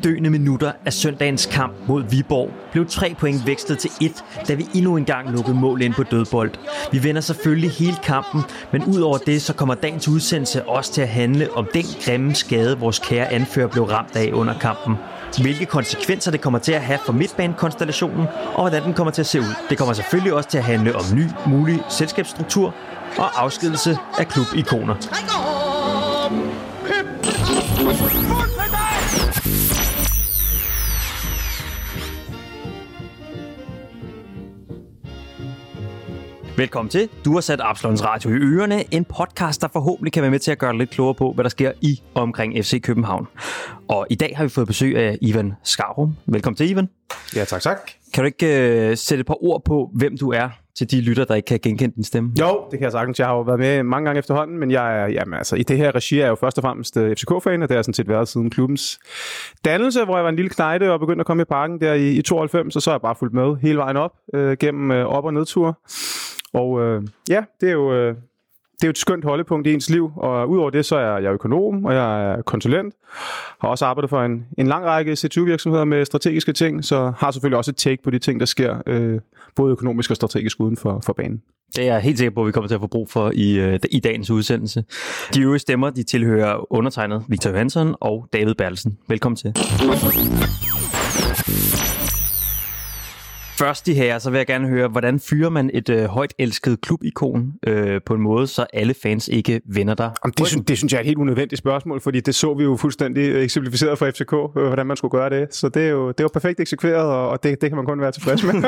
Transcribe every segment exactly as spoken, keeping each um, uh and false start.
døende minutter af søndagens kamp mod Viborg blev tre point vekslet til et, da vi endnu engang lukkede mål ind på dødbold. Vi vender selvfølgelig hele kampen, men udover det, så kommer dagens udsendelse også til at handle om den grimme skade, vores kære anfører blev ramt af under kampen. Hvilke konsekvenser det kommer til at have for midtbanekonstellationen, og hvordan den kommer til at se ud. Det kommer selvfølgelig også til at handle om ny, mulig selskabsstruktur og afskedelse af klubikoner. Velkommen til. Du har sat Absalons Radio i ørerne. En podcast, der forhåbentlig kan være med til at gøre dig lidt klogere på, hvad der sker i og omkring F C København. Og i dag har vi fået besøg af Ivan Skarum. Velkommen til, Ivan. Ja, tak, tak. Kan du ikke uh, sætte et par ord på, hvem du er, til de lytter, der ikke kan genkende din stemme? Jo, det kan jeg sagtens. Jeg har jo været med mange gange efterhånden, men jeg er, jamen, altså, i det her regi er jeg jo først og fremmest F C K-fan, og det har sådan set været siden klubbens dannelse, hvor jeg var en lille knejte og begyndte at komme i parken der i, i tooghalvfems, og så har jeg bare fulgt med hele vejen op, øh, gennem øh, op- og nedture. Og øh, ja, det er jo... Øh, Det er jo et skønt holdepunkt i ens liv, og udover det, så er jeg økonom, og jeg er konsulent. Har også arbejdet for en, en lang række C tyve virksomheder med strategiske ting, så har selvfølgelig også et take på de ting, der sker, øh, både økonomisk og strategisk uden for, for banen. Det er jeg helt sikker på, at vi kommer til at få brug for i, øh, i dagens udsendelse. De øvrige stemmer, de tilhører undertegnet Victor Johansson og David Bertelsen. Velkommen til. Først i her, så vil jeg gerne høre, hvordan fyrer man et øh, højt elsket klubikon øh, på en måde, så alle fans ikke vender dig? Jamen, det, synes, det synes jeg er et helt unødvendigt spørgsmål, fordi det så vi jo fuldstændig eksemplificeret fra F C K, øh, hvordan man skulle gøre det. Så det er jo, det er jo perfekt eksekveret, og det, det kan man kun være tilfreds med.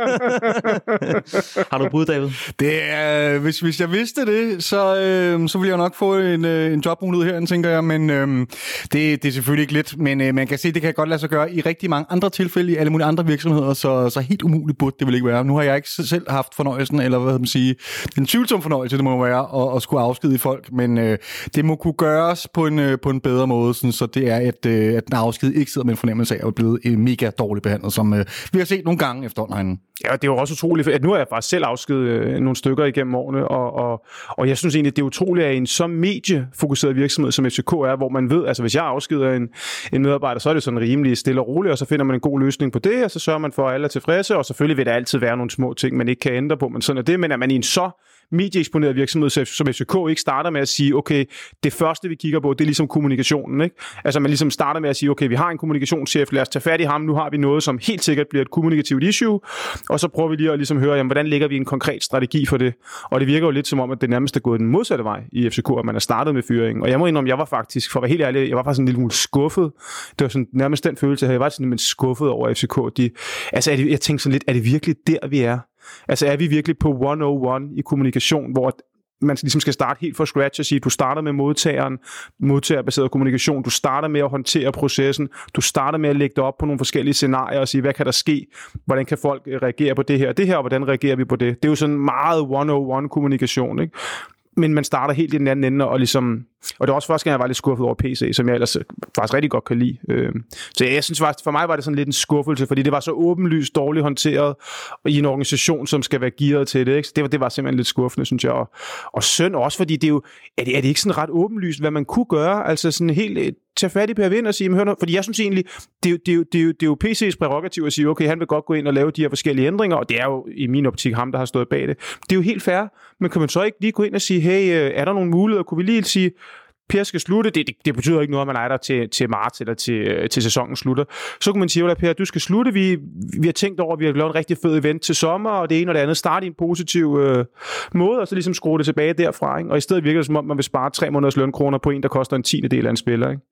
Har du bud, David? Det er, hvis, hvis jeg vidste det, så, øh, så ville jeg nok få en, øh, en jobmulighed herinde, tænker jeg. Men øh, det, det er selvfølgelig ikke let, men øh, man kan se, at det kan godt lade sig gøre i rigtig mange andre tilfælde, i alle mulige andre virksomheder, så, så helt umuligt burde det vil ikke være. Nu har jeg ikke selv haft fornøjelsen, eller hvad man sige, den tvivlsomme fornøjelse, det må være, at, at skulle afskedige folk, men øh, det må kunne gøres på en, øh, på en bedre måde, sådan, så det er, at, øh, at den afsked ikke sidder med en fornemmelse af at være blevet øh, mega dårligt behandlet, som øh, vi har set nogle gange efterhånden. Ja, det er jo også utroligt, at nu har jeg faktisk selv afskedet øh, nogle stykker igennem årene, og, og, og jeg synes egentlig, det er utroligt, at en så mediefokuseret virksomhed som F C K er, hvor man ved, altså hvis jeg afskeder en, en medarbejder, så er det sådan rimelig stille og roligt, og så finder man en god løsning på det, og så sørger man for, at alle er tilfredse, og selvfølgelig vil der altid være nogle små ting, man ikke kan ændre på, men sådan er det, men er man i en så medieeksponeret virksomhed, som F C K ikke starter med at sige, okay, det første vi kigger på, det er ligesom kommunikationen, ikke? Altså man ligesom starter med at sige, okay, vi har en kommunikationschef, lad os tage fat i ham, nu har vi noget, som helt sikkert bliver et kommunikativt issue, og så prøver vi lige at ligesom høre, jamen, hvordan lægger vi en konkret strategi for det? Og det virker jo lidt som om, at det nærmest er gået den modsatte vej i F C K, at man er startet med fyringen. Og jeg må indrømme, jeg var faktisk, for at være helt ærlig, jeg var faktisk en lille smule skuffet. Det var sådan nærmest den følelse, jeg havde. Jeg var sådan lidt skuffet over F C K. De, altså, er det, jeg tænkte sådan lidt, er det virkelig der, vi er? Altså er vi virkelig på et hundrede og en i kommunikation, hvor man ligesom skal starte helt fra scratch og sige, du starter med modtageren, modtagerbaseret kommunikation, du starter med at håndtere processen, du starter med at lægge det op på nogle forskellige scenarier og sige, hvad kan der ske, hvordan kan folk reagere på det her, det her, og hvordan reagerer vi på det. Det er jo sådan meget one oh one kommunikation, ikke? Men man starter helt i den anden ende, og ligesom, og det var også første gang, jeg var lidt skuffet over P C, som jeg ellers faktisk rigtig godt kan lide. Så jeg synes faktisk, for mig var det sådan lidt en skuffelse, fordi det var så åbenlyst dårligt håndteret i en organisation, som skal være gearet til det, ikke? Så det var, det var simpelthen lidt skuffende, synes jeg. Og, og synd også, fordi det er jo, er det, er det ikke sådan ret åbenlyst, hvad man kunne gøre? Altså sådan helt tage fat i Per Vind og sige, hør nu, fordi jeg synes egentlig, det er, jo, det, er jo, det, er jo, det er jo P C's prærogativ at sige, okay, han vil godt gå ind og lave de her forskellige ændringer, og det er jo i min optik ham, der har stået bag det. Det er jo helt fair, men kan man så ikke lige gå ind og sige, hey, er der nogle muligheder? Kunne vi lige sige, Per skal slutte? Det, det, det betyder ikke noget, at man er der til, til marts eller til, til sæsonen slutter. Så kan man sige, at Per, du skal slutte. Vi, vi har tænkt over, at vi har lavet en rigtig fed event til sommer, og det ene og det andet starte i en positiv øh, måde, og så ligesom skrue det tilbage derfra. Ikke? Og i stedet virker det, som om man vil spare tre måneders lønkroner på en, der koster en tiende del af en spiller. Ikke?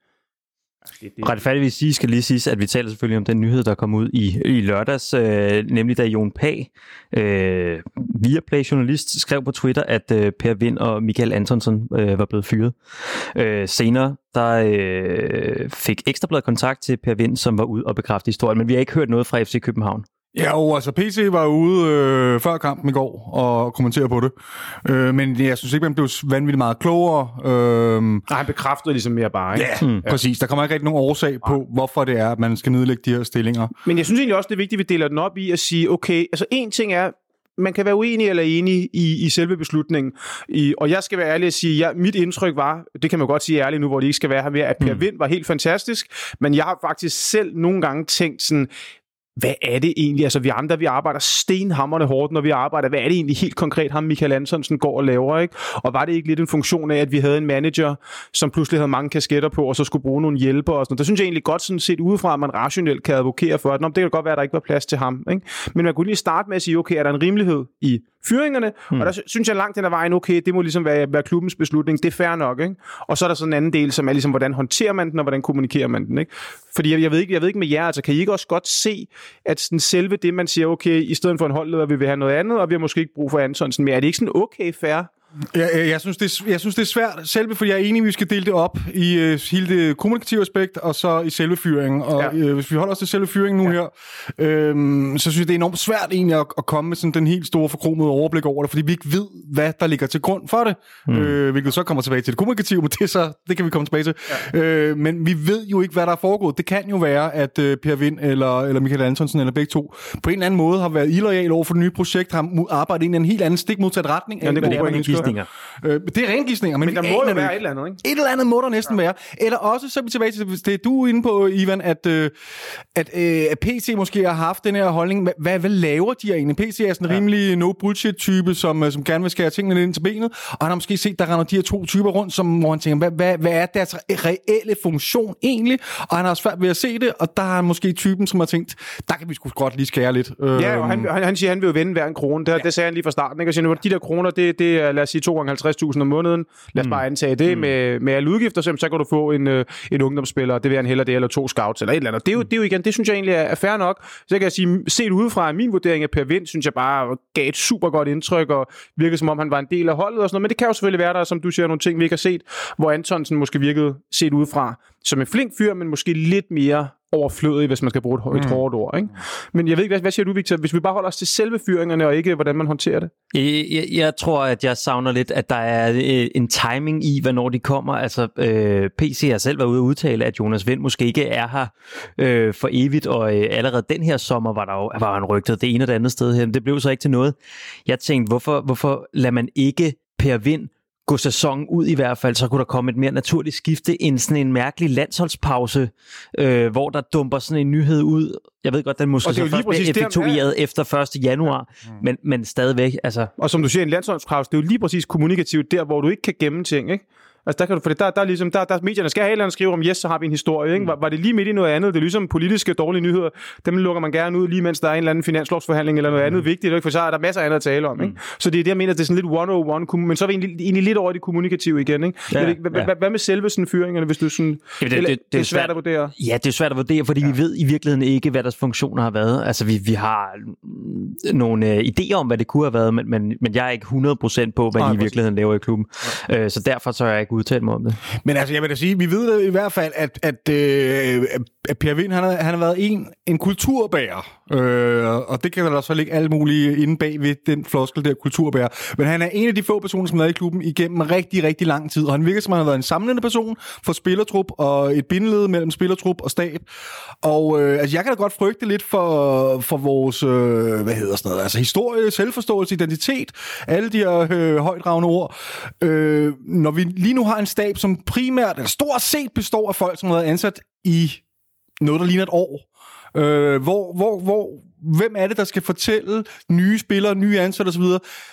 Det, det. Retfærdigvis sige, skal lige sige, at vi taler selvfølgelig om den nyhed, der kom ud i, i lørdags, øh, nemlig da Jon Pagh, øh, Viaplay-journalist, skrev på Twitter, at øh, Per Vind og Michael Antonsson øh, var blevet fyret. Øh, senere der øh, fik Ekstrabladet kontakt til Per Vind, som var ude og bekræfte historien, men vi har ikke hørt noget fra F C København. Ja, og altså P C var ude øh, før kampen i går og kommenterede på det. Øh, men jeg synes ikke, man blev vanvittigt meget klogere. Øh, Nej, han bekræftede ligesom mere bare, ikke? Ja, mm. præcis. Der kommer ikke rigtig nogen årsag på, hvorfor det er, at man skal nedlægge de her stillinger. Men jeg synes egentlig også, det er vigtigt, at vi deler den op i at sige, okay, altså en ting er, man kan være uenig eller enig i, i selve beslutningen. I, og jeg skal være ærlig at sige, ja, mit indtryk var, det kan man godt sige ærligt nu, hvor det ikke skal være her mere, at Per mm. Wind var helt fantastisk, men jeg har faktisk selv nogle gange tænkt sådan, hvad er det egentlig? Altså vi andre, vi arbejder stenhamrende hårdt, når vi arbejder. Hvad er det egentlig helt konkret, ham Michael Antonsen går og laver, ikke? Og var det ikke lidt en funktion af, at vi havde en manager, som pludselig havde mange kasketter på, og så skulle bruge nogle hjælper og sådan noget. Der synes jeg egentlig godt sådan set udefra, at man rationelt kan advokere for, at det kan godt være, at der ikke var plads til ham, ikke? Men man kunne lige starte med at sige, okay, er der en rimelighed i fyringerne? Hmm. Og der synes jeg langt hen ad vejen, okay, det må ligesom være, være klubbens beslutning. Det er fair nok, ikke? Og så er der sådan en anden del, som er ligesom, hvordan håndterer man den, og hvordan kommunikerer man den, ikke? Fordi jeg, jeg, ved ikke, jeg ved ikke med jer, altså kan I ikke også godt se, at sådan selve det, man siger, okay, i stedet for en holdleder, vi vil have noget andet, og vi har måske ikke brug for Antonsen mere. Er det ikke sådan okay fair? Jeg, jeg, jeg, synes, det er, jeg synes, det er svært selv, fordi jeg er enig, at vi skal dele det op i uh, hele det kommunikative aspekt, og så i selve fyringen. Og ja. uh, hvis vi holder os til selve fyringen nu ja. her, øhm, så synes jeg, det er enormt svært egentlig at, at komme med sådan den helt store forkromede overblik over det, fordi vi ikke ved, hvad der ligger til grund for det. Mm. Øh, hvilket så kommer tilbage til det kommunikative, men det, så, det kan vi komme tilbage til. Ja. Øh, men vi ved jo ikke, hvad der er foregået. Det kan jo være, at uh, Per Wind eller, eller Michael Antonsen eller begge to på en eller anden måde har været illoyal over for det nye projekt, har arbejdet i en helt anden stik modsat retning. Ja, det er gode gisninger. Øh, det er rengisninger, men, men der må jo være et eller andet, ikke? Et eller andet må der næsten ja. være. Eller også, så er vi tilbage til det, du er inde på, Ivan, at, øh, at, øh, at P C måske har haft den her holdning. Hvad, hvad laver de egentlig? P C er sådan en ja. rimelig no-bullshit-type, som, som gerne vil skære tingene ind til benet, og han har måske set, der render de her to typer rundt, som, hvor han tænker, hvad, hvad, hvad er deres reelle funktion egentlig? Og han har svært ved at se det, og der er han måske typen, som har tænkt, der kan vi sgu godt lige skære lidt. Ja, og han, han, han siger, han vil jo vende hver en krone. Det, ja. det sagde han lige fra starten, ikke? Og siger, de der kroner, det, det er, lad os sige, to gange halvtreds tusind om måneden. Lad os mm. bare antage det mm. med, med alle udgifter, så, så kan du få en, øh, en ungdomsspiller, det vil han hellere det, eller to scouts, eller et eller andet. Det er jo, det er jo igen, det synes jeg egentlig er, er fair nok. Så jeg kan sige, set udefra min vurdering af Per Wind, synes jeg bare gav et super godt indtryk, og virkede som om han var en del af holdet og sådan noget. Men det kan jo selvfølgelig være der, som du siger, nogle ting, vi ikke har set, hvor Antonsen måske virkede set udefra som en flink fyr, men måske lidt mere overflødig, hvis man skal bruge et, et mm. hårdt ord, ikke? Men jeg ved ikke, hvad, hvad siger du, Victor? Hvis vi bare holder os til selve fyringerne, og ikke hvordan man håndterer det? Jeg, jeg, jeg tror, at jeg savner lidt, at der er øh, en timing i, hvornår de kommer. Altså, øh, P C har selv været ude at udtale, at Jonas Wind måske ikke er her øh, for evigt, og øh, allerede den her sommer var der jo var han rygtet det ene og det andet sted her. Det blev så ikke til noget. Jeg tænkte, hvorfor, hvorfor lader man ikke Per Wind gå sæsonen ud i hvert fald, så kunne der komme et mere naturligt skifte end sådan en mærkelig landsholdspause, øh, hvor der dumper sådan en nyhed ud. Jeg ved godt, den måske så først bliver effektueret ja. efter første januar, ja. men, men stadigvæk. Altså. Og som du siger, en landsholdspause, det er jo lige præcis kommunikativt der, hvor du ikke kan gemme ting, ikke? Altså der kan du, for det, der, der, er ligesom, der, der medierne skal have et eller andet skrive om, yes, så har vi en historie, ikke? Var, var det lige midt i noget andet? Det er ligesom politiske dårlige nyheder. Dem lukker man gerne ud, lige mens der er en eller anden finanslovsforhandling eller noget mm. andet vigtigt, ikke? For så er der masser af andet at tale om, ikke? Mm. Så det er det, jeg mener, det er sådan lidt one oh one, men så er vi egentlig, egentlig lidt over det kommunikative igen, ikke? Ja, ikke hvad, ja. hvad med selve sådan fyringerne, hvis du sådan... Ja, det, det, det, det er svært, svært at vurdere. Ja, det er svært at vurdere, fordi ja. vi ved i virkeligheden ikke, hvad deres funktioner har været. Altså, vi, vi har nogle øh, idéer om, hvad det kunne have været, men, men, men jeg er ikke hundrede procent på, hvad ja, de i virkeligheden laver i klubben. Ja. Øh, så derfor så har jeg ikke udtalt mig om det. Men altså, jeg vil da sige, vi ved i hvert fald, at, at, øh, at Per Wind, han har, han har været en, en kulturbærer. Øh, og det kan der også ligge alle mulige inde bag ved den floskel der, kulturbærer. Men han er en af de få personer, som har været i klubben igennem rigtig, rigtig lang tid. Og han virker som, han har været en samlende person for spillertrup og et bindeled mellem spillertrup og stab. Og øh, altså, jeg kan da godt frygte lidt for, for vores, øh, hvad hedder sådan noget, altså historie, selvforståelse, identitet, alle de her øh, højdragende ord. Øh, når vi lige nu har en stab, som primært, eller stort set består af folk, som har været ansat i noget, der ligner et år. Øh, hvor, hvor, hvor, hvem er det, der skal fortælle nye spillere, nye ansatte osv.,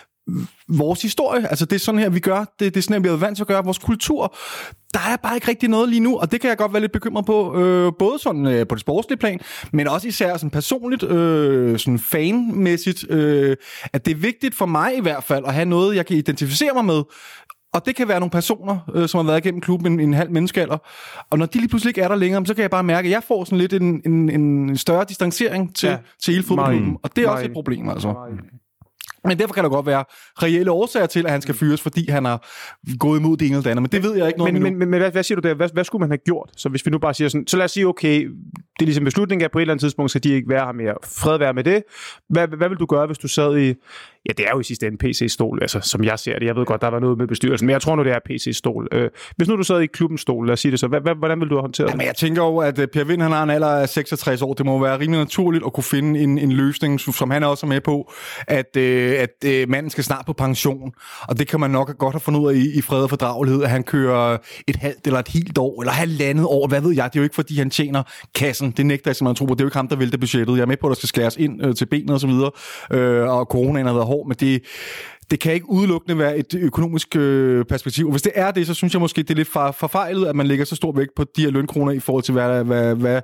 vores historie, altså det er sådan her, vi gør, det, det er sådan her, vi er vant til at gøre, vores kultur, der er bare ikke rigtig noget lige nu, og det kan jeg godt være lidt bekymret på, øh, både sådan øh, på det sportslige plan, men også især sådan personligt, øh, sådan fanmæssigt, øh, at det er vigtigt for mig i hvert fald, at have noget, jeg kan identificere mig med. Og det kan være nogle personer, øh, som har været igennem klubben en, en halv menneskealder. Og når de lige pludselig ikke er der længere, så kan jeg bare mærke, at jeg får sådan lidt en, en, en større distancering til, ja. til hele fodboldklubben. Og det er Nej. også et problem, altså. Nej. Men derfor kan der godt være reelle årsager til, at han skal fyres, fordi han har gået imod det ene eller det andet. Men det ved jeg ikke noget men, men, men, men hvad, hvad siger du der? Hvad, hvad skulle man have gjort? Så hvis vi nu bare siger sådan, så lad os sige, okay, det er ligesom beslutningen af, på et eller andet tidspunkt skal de ikke være her mere. Fred være med det. Hvad, hvad vil du gøre, hvis du sad i, ja, det er jo i sidste ende P C-stol, altså som jeg ser det. Jeg ved godt, der var noget med bestyrelsen, men jeg tror nu, det er P C-stol. Øh, hvis nu du sad i klubbens stol, lad os sige det så, hvad, hvordan vil du have håndteret det? Jamen, jeg tænker jo, at Per Vind, han har en alder af seksogtres år. Det må være rimelig naturligt at kunne finde en, en løsning, som han også er med på, at, øh, at øh, manden skal snart på pension. Og det kan man nok godt have fundet ud af i, i fred og fordragelighed, at han kører et halvt eller et helt år, eller halvandet år, hvad ved jeg. Det er jo ikke, fordi han tjener kassen. Det nægter jeg simpelthen tro på. Det er jo ikke ham, der vælter budgettet. Jeg er med på, at der skal skæres ind øh, til benet og så videre. Øh, og coronaen har været hård, men det Det kan ikke udelukkende være et økonomisk øh, perspektiv. Og hvis det er det, så synes jeg måske, det er lidt for, forfejlet, at man lægger så stor vægt på de her lønkroner i forhold til, hvad, hvad, hvad,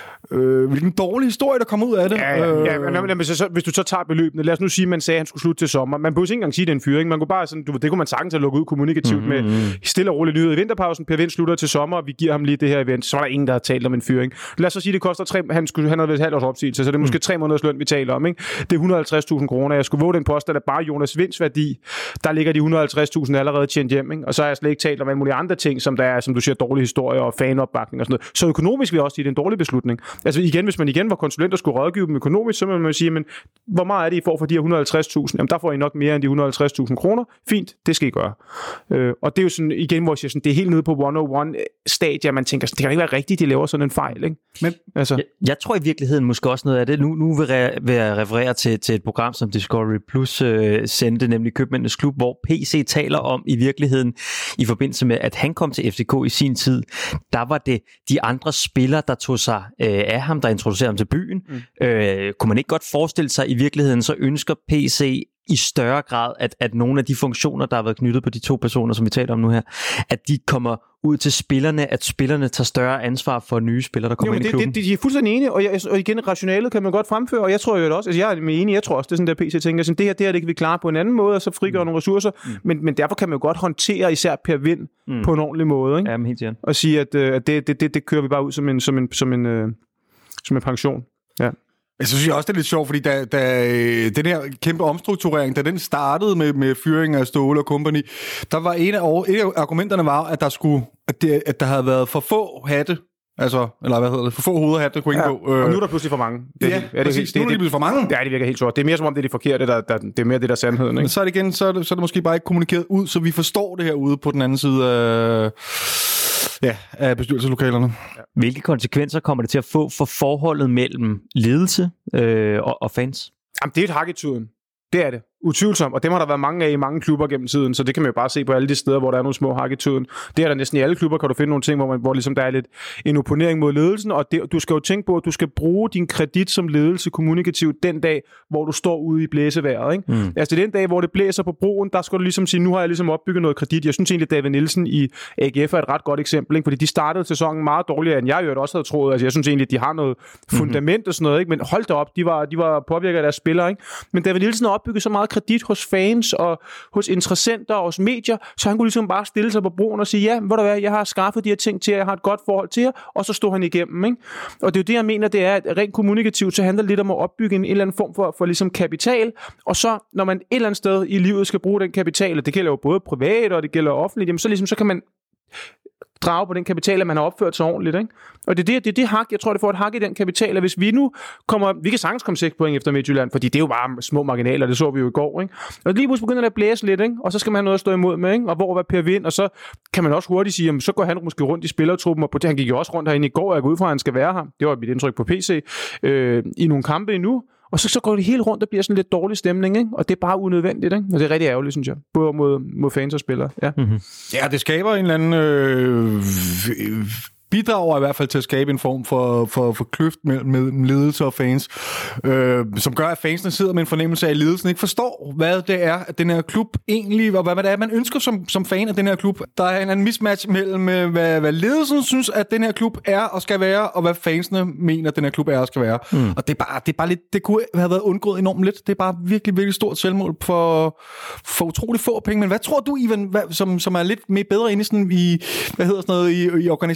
øh, hvilken dårlig historie, der kommer ud af det. Ja, ja, ja. Øh, Men, men, så, så, hvis du så tager beløbene, lad os nu sige, at man sagde, at han skulle slutte til sommer. Man behøver ikke engang sige, at det er en fyring. Man kunne bare sådan, du, det kunne man sagtens have lukket ud kommunikativt mm-hmm. med stille og rolig nyhed i vinterpausen. Per Vind slutter til sommer, og vi giver ham lige det her event. Så var der ingen, der har talt om en fyring. Lad os så sige, at det koster tre, han, skulle, han havde været et halvt års opsigelse, så det er måske mm. tre måneders løn, vi taler om. Ikke? Det er et hundrede og halvtreds tusind kroner. Jeg skulle våge den påstand, at bare Jonas Vinds værdi, der ligger de et hundrede og halvtreds tusind allerede tjent hjem. Ikke? Og så har jeg slet ikke talt om alle mulige andre ting, som der er, som du siger, dårlige historier og fanopbakning og sådan noget. Så økonomisk vil jeg også sige, det er en dårlig beslutning. Altså igen, hvis man igen var konsulent og skulle rådgive dem økonomisk, så må man sige, men hvor meget er det, I får for de her et hundrede og halvtreds tusind? Jamen der får I nok mere end de et hundrede og halvtreds tusind kroner. Fint, det skal I gøre. Øh, og det er jo sådan, igen, hvor jeg siger, sådan, det er helt nede på et hundrede og en stadie, man tænker, det kan ikke være rigtigt, de laver sådan en fejl. Ikke? Men altså. jeg, jeg tror i virkeligheden måske også noget af det. Nu, nu vil, jeg, vil jeg referere til, til et program, som Discovery Plus øh, sendte, nemlig Købmændenes Klub, hvor P C taler om i virkeligheden, i forbindelse med, at han kom til F C K i sin tid, der var det de andre spillere, der tog sig øh, af ham, der introducerede ham til byen. Mm. Øh, kunne man ikke godt forestille sig, i virkeligheden, så ønsker P C i større grad, at, at nogle af de funktioner, der har været knyttet på de to personer, som vi taler om nu her, at de kommer ud til spillerne, at spillerne tager større ansvar for nye spillere, der kommer jo, ind i klubben. Det, det, de er fuldstændig enige, og, jeg, og igen, rationalet kan man godt fremføre, og jeg tror jo også, altså jeg er enig, jeg tror også, det er sådan der P C tænker, sådan, det her, det her, det kan vi klare på en anden måde, og så frigøre mm. nogle ressourcer, mm. men, men derfor kan man jo godt håndtere især Per Vind mm. på en ordentlig måde, ikke? Jamen, helt og sige, at, at det, det, det, det kører vi bare ud som en, som en, som en, uh, som en pension. Ja. Jeg synes også, det er lidt sjovt, fordi da, da den her kæmpe omstrukturering, da den startede med, med fyring af Ståle og company, der var en af, en af argumenterne var, at der skulle, at, det, at der havde været for få hatte, altså, eller hvad hedder det, for få hoveder hatte, der kunne indgå. Ja, og nu er der pludselig for mange. Det, ja, er det, præcis, det, nu er der pludselig for mange. Ja, det virker helt sort. Det er mere som om, det er det forkerte, der, der, det er mere det, der er sandheden. Ikke? Men så er det igen, så er det, så er det måske bare ikke kommunikeret ud, så vi forstår det her ude på den anden side af... Ja, af bestyrelseslokalerne. Ja. Hvilke konsekvenser kommer det til at få for forholdet mellem ledelse øh, og, og fans? Jamen, det er et hak i tuden. Det er det. Utvivlsomt, og dem har der været mange af i mange klubber gennem tiden, så det kan man jo bare se på alle de steder, hvor der er nogle små hak i tuden. Det er der næsten i alle klubber, kan du finde nogle ting, hvor, man, hvor ligesom der er lidt en opponering mod ledelsen, og det, du skal jo tænke på, at du skal bruge din kredit som ledelse kommunikativt den dag, hvor du står ude i blæsevejret. Ikke? Mm. Altså den dag, hvor det blæser på broen, der skal du ligesom sige, nu har jeg ligesom opbygget noget kredit. Jeg synes egentlig, at David Nielsen i A G F er et ret godt eksempel, ikke? Fordi de startede sæsonen meget dårligere, end jeg jo også havde troet. Altså jeg synes egentlig, at de har noget fundament og sådan noget, ikke? Men hold da op, de var, de var påvirket af deres spillere. Ikke? Men David Nielsen har opbygget så meget kredit hos fans og hos interessenter og hos medier, så han kunne ligesom bare stille sig på broen og sige, ja, ved du hvad, jeg har skaffet de her ting til jer, jeg har et godt forhold til jer, og så stod han igennem, ikke? Og det er jo det, jeg mener, det er, at rent kommunikativt, så handler det lidt om at opbygge en, en eller anden form for, for ligesom kapital, og så, når man et eller andet sted i livet skal bruge den kapital, og det gælder jo både privat, og det gælder offentligt, jamen så ligesom, så kan man drage på den kapital, at man har opført sig ordentligt, ikke? Og det er det, det, er det hak, jeg tror, det får et hak i den kapital, at hvis vi nu kommer, vi kan sagtens komme seks point efter Midtjylland, fordi det er jo bare små marginaler, det så vi jo i går, ikke? Og lige pludselig begynder det at blæse lidt, ikke? Og så skal man have noget at stå imod med, ikke? Og hvor var Per Vind, og så kan man også hurtigt sige, jamen, så går han måske rundt i spillertruppen, og på det, han gik jo også rundt herinde i går, og jeg går ud fra, at han skal være her. Det var mit indtryk på P C, øh, i nogle kampe endnu. Og så, så går det helt rundt, og bliver sådan lidt dårlig stemning, ikke? Og det er bare unødvendigt, ikke? Og det er rigtig ærgerligt, synes jeg. Både mod, mod fans og spillere. Ja. Mm-hmm. Ja, det skaber en eller anden... Øh, bidrager i hvert fald til at skabe en form for, for, for kløft mellem ledelse og fans, øh, som gør, at fansene sidder med en fornemmelse af, at ledelsen ikke forstår, hvad det er, at den her klub egentlig, og hvad det er, man ønsker som, som fan af den her klub. Der er en anden mismatch mellem, hvad, hvad ledelsen synes, at den her klub er og skal være, og hvad fansene mener, at den her klub er og skal være. Mm. Og det er bare, det er bare lidt, det kunne have været undgået enormt lidt. Det er bare virkelig, virkelig stort selvmål for, for utrolig få penge. Men hvad tror du, Ivan, hvad, som, som er lidt mere bedre inde i, sådan, i hvad hedder sådan noget, i, i organisationer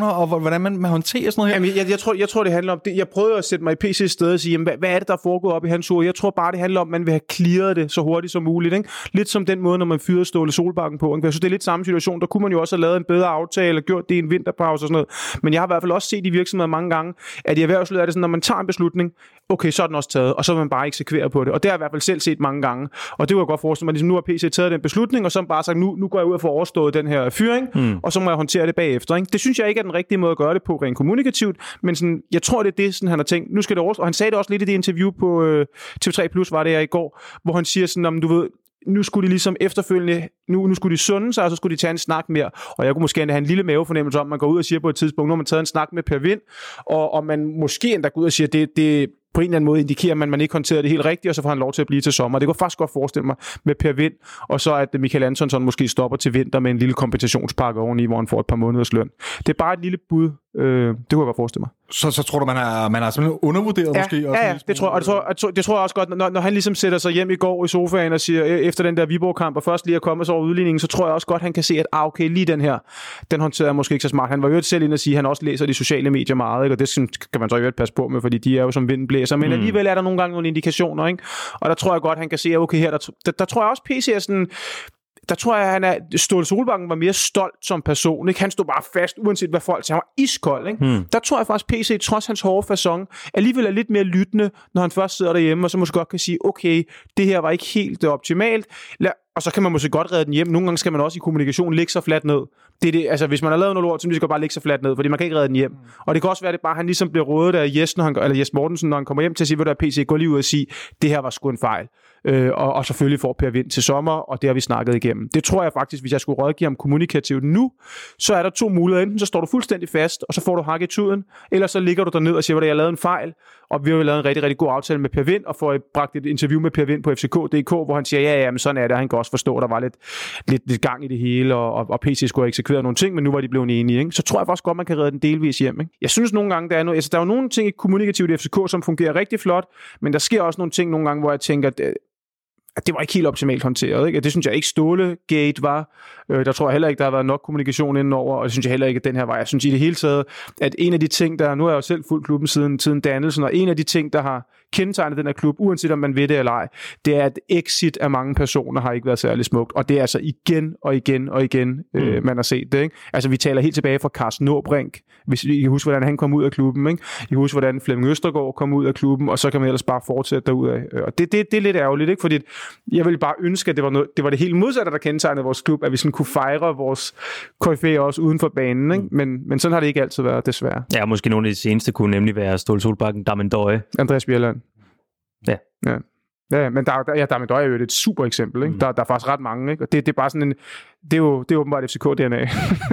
og, og hvordan man, man håndterer sådan noget her? Jamen, jeg, jeg, tror, jeg tror, det handler om det. Jeg prøvede at sætte mig i P C's sted og sige, jamen, hvad, hvad er det, der er foregået op i hans hoved? Jeg tror bare, det handler om, at man vil have clearet det så hurtigt som muligt. Ikke? Lidt som den måde, når man fyrede Ståle Solbakken på. Ikke? Jeg synes, det er lidt samme situation. Der kunne man jo også have lavet en bedre aftale og gjort det i en vinterpause og sådan noget. Men jeg har i hvert fald også set i virksomheder mange gange, at i erhvervslivet er det sådan, når man tager en beslutning, okay, så er den også taget, og så vil man bare eksekvere på det. Og det har jeg i hvert fald selv set mange gange. Og det kunne jeg godt forestille mig, ligesom nu har P C taget den beslutning, og så bare sagt, nu, nu går jeg ud og får overstået den her fyring, mm. og så må jeg håndtere det bagefter. Ikke? Det synes jeg ikke er den rigtige måde at gøre det på rent kommunikativt, men sådan, jeg tror, det er det, sådan, han har tænkt. Nu skal det overstå. Og han sagde det også lidt i det interview på øh, T V tre plus, var det her i går, hvor han siger sådan, om du ved, nu skulle de ligesom efterfølgende, nu, nu skulle de sunde sig, og så skulle de tage en snak mere. Og jeg kunne måske endda have en lille mavefornemmelse om, man går ud og siger på et tidspunkt, nu har man taget en snak med Per Vind, og, og man måske endda går ud og siger, det, det på en eller anden måde indikerer man, at man ikke håndterer det helt rigtigt, og så får han lov til at blive til sommer. Det kunne faktisk godt forestille mig med Per Vind, og så at Michael Antonsson måske stopper til vinter med en lille kompensationspakke oveni, hvor han får et par måneders løn. Det er bare et lille bud. Øh, det kunne jeg godt forestille mig. Så, så tror du, man har, man har simpelthen undervurderet ja, måske? Også ja, ja, det tror, og det tror, det tror jeg også godt, når, når han ligesom sætter sig hjem i går i sofaen og siger, efter den der Viborg-kamp, og først lige er kommet så over udligningen, så tror jeg også godt, han kan se, at ah, okay, lige den her, den håndterer jeg måske ikke så smart. Han var jo selv inde og sige, at han også læser de sociale medier meget, ikke? Og det kan man så jo passe på med, fordi de er jo som vinden blæser, men mm. alligevel er der nogle gange nogle indikationer, ikke? Og der tror jeg godt, han kan se, at okay, her, der, der, der tror jeg også, P C er sådan... Der tror jeg, at han er, Ståle Solbakken var mere stolt som person. Ikke? Han stod bare fast, uanset hvad folk sagde. Han var iskold. Ikke? Hmm. Der tror jeg faktisk, P C, trods hans hårde facon, alligevel er lidt mere lyttende, når han først sidder derhjemme, og så måske godt kan sige, okay, det her var ikke helt optimalt. Og så kan man måske godt redde den hjem. Nogle gange skal man også i kommunikation lægge sig fladt ned. Det er det, altså, hvis man har lavet noget lort, så skal man bare lægge sig fladt ned, fordi man kan ikke redde den hjem. Mm. Og det kan også være, at det bare han ligesom bliver rådet af Jes, når han, eller Jes Mortensen, når han kommer hjem til at sige, hvad der er P C, gå lige ud og sige, det her var sgu en fejl. Øh, og, og selvfølgelig får Per Vind til sommer, og det har vi snakket igennem. Det tror jeg faktisk, hvis jeg skulle rådgive ham kommunikativt nu, så er der to muligheder. Enten så står du fuldstændig fast, og så får du hak i tuden, eller så ligger du derned og siger, at jeg har lavet en fejl, og vi har lavet en rigtig, rigtig god aftale med Per Vind, og får bragt et interview med Per Vind på F C K punktum d k, hvor han siger, ja, ja, men sådan er det, og han kan også forstå, at der var lidt, lidt, lidt gang i det hele, og, og, og P C skulle have eksekveret nogle ting, men nu var de blevet enige. Ikke? Så tror jeg faktisk godt, man kan redde den delvis hjem. Ikke? Jeg synes nogle gange, der er, noget, altså, der er jo nogle ting i kommunikativt i F C K, som fungerer rigtig flot, men der sker også nogle ting nogle gange, hvor jeg tænker, at at det var ikke helt optimalt håndteret. Ikke? Det synes jeg ikke Ståle-gate var. Øh, der tror jeg heller ikke, der har været nok kommunikation indenover, og det synes jeg heller ikke, at den her var. Jeg synes i det hele taget, at en af de ting, der... Nu er jeg jo selv fuldt klubben siden, siden dannelsen, og en af de ting, der har kendetegnet den her klub, uanset om man ved det eller ej, det er, at exit af mange personer har ikke været særlig smukt. Og det er altså igen og igen og igen, mm. øh, man har set det. Ikke? Altså, vi taler helt tilbage fra Carsten Nordbrink, hvis I kan huske, hvordan han kom ud af klubben. Ikke? I kan huske, hvordan Flemming Østergaard kom ud af klubben, og så kan man ellers bare fortsætte derudad. Og det, det, det er lidt ærgerligt, ikke? Fordi jeg ville bare ønske, at det var, noget, det var det helt modsatte, der kendetegnede vores klub, at vi sådan kunne fejre vores koryfæer også uden for banen. Ikke? Men, men sådan har det ikke altid været, desværre. Ja, måske nogle af de seneste kunne nemlig være Ståle Solbakken, Damendøje. Andreas Bjelland. Ja. Ja. Ja, men der, der, ja, Damendøje er jo et super eksempel. Ikke? Mm. Der, der er faktisk ret mange. Ikke? Og det, det er bare sådan en... Det er jo det er åbenbart F C K-D N A. Men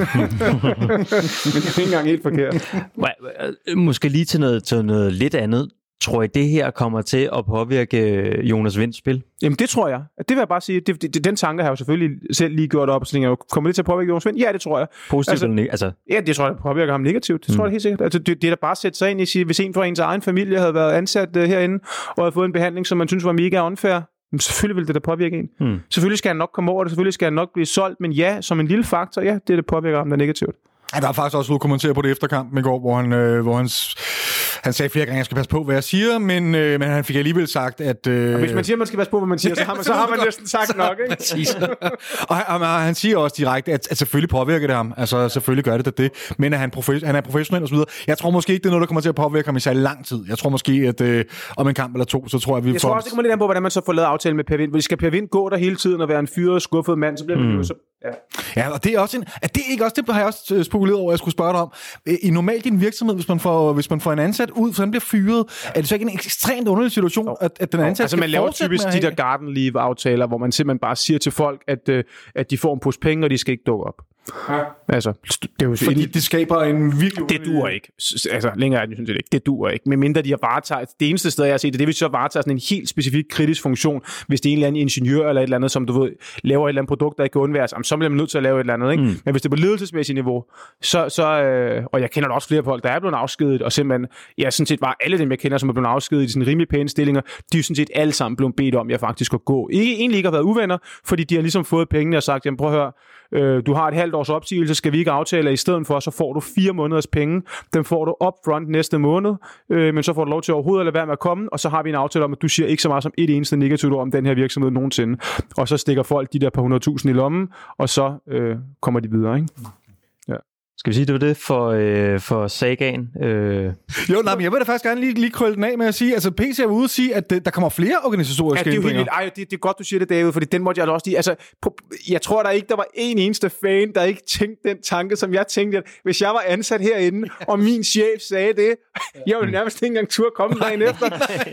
det er ikke engang helt forkert. Måske lige til noget, til noget lidt andet. Tror I, det her kommer til at påvirke Jonas Vinds spil? Jamen, det tror jeg. Det vil jeg bare sige. Det, det, den tanke har jeg jo selvfølgelig selv lige gjort op. Så tænker jeg, kommer det til at påvirke Jonas Vind? Ja, det tror jeg. Positivt altså, eller altså... Ja, det tror jeg, det påvirker ham negativt. Det mm. tror jeg helt sikkert. Altså, det, det er da bare at sætte sig ind i at sige, hvis en fra ens egen familie havde været ansat uh, herinde, og havde fået en behandling, som man synes var mega unfair, men selvfølgelig vil det da påvirke en. Mm. Selvfølgelig skal han nok komme over det, selvfølgelig skal han nok blive solgt, men ja, som en lille faktor, ja, det, det påvirker ham da negativt. Ja, der er faktisk også ude kommentere på det efterkamp i går, hvor han, øh, hvor han, han sagde flere gange, at jeg skal passe på, hvad jeg siger, men, øh, men han fik alligevel sagt, at... Øh... Og hvis man siger, at man skal passe på, hvad man siger, så har man, så har man næsten sagt nok, ikke? og, han, og han siger også direkte, at, at selvfølgelig påvirker det ham. Altså, selvfølgelig gør det det, det. Men at han, profe- han er professionel og så videre. Jeg tror måske ikke, det er noget, der kommer til at påvirke ham i særlig lang tid. Jeg tror måske, at øh, om en kamp eller to, så tror jeg, vi Jeg får... tror også, det kommer lidt an på, hvordan man så får lavet aftale med Per Vind. Hvis skal Per Vind gå der hele tiden og være en fyret, skuffet mand, så bliver det mm. jo så... Ja. ja, og det er også en, er det ikke også, det har jeg også spekuleret over, jeg skulle spørge dig om. I normalt i en virksomhed, hvis man får, hvis man får en ansat ud, så den bliver fyret, er det så ikke en ekstremt underlig situation, at, at den ansat altså, man laver typisk de der garden leave aftaler, hvor man simpelthen bare siger til folk, at, at de får en pose penge, og de skal ikke dukke op. Ja. Altså, det er jo fordi det skaber en virkelig... Det duer ikke. Altså, længere er det, synes jeg ikke. Det duer ikke. Med mindre de har varetaget... Det eneste sted, jeg har set det, det vil så varetage sådan en helt specifik kritisk funktion. Hvis det er en eller anden ingeniør eller et eller andet, som du ved, laver et eller andet produkt, der ikke kan undværes, så bliver man nødt til at lave et eller andet, ikke? Mm. Men hvis det er på ledelsesmæssigt niveau, så... så øh, og jeg kender da også flere folk, der er blevet afskediget, og simpelthen... Ja, sådan set var alle dem, jeg kender, som er blevet afskediget i sådan rimelig pæne stillinger, de er sådan set alle sammen blevet bedt om, jeg faktisk at gå. Ikke, egentlig ikke har været uvenner, fordi de har ligesom fået pengene og sagt, jamen prøv at høre, øh, du har et halvt halvt års opsigelse, skal vi ikke aftale, at i stedet for, så får du fire måneders penge. Den får du upfront næste måned, øh, men så får du lov til overhovedet at lade være med at komme, og så har vi en aftale om, at du siger ikke så meget som et eneste negativt ord om den her virksomhed nogensinde. Og så stikker folk de der par hundredtusind i lommen, og så øh, kommer de videre, ikke? Ja. Skal vi sige, det var det for, øh, for sagaen? Øh. Jo, nej, men jeg vil da faktisk gerne lige, lige krølle den af med at sige, altså P C er ude at sige, at der kommer flere organisatoriske ja, det er ændringer. Ej, det, det er godt, du siger det, David, fordi den måtte jeg også lige... Altså, på, jeg tror der ikke, der var en eneste fan, der ikke tænkte den tanke, som jeg tænkte, at hvis jeg var ansat herinde, og min chef sagde det, jeg ville nærmest ikke engang turde komme dagen efter.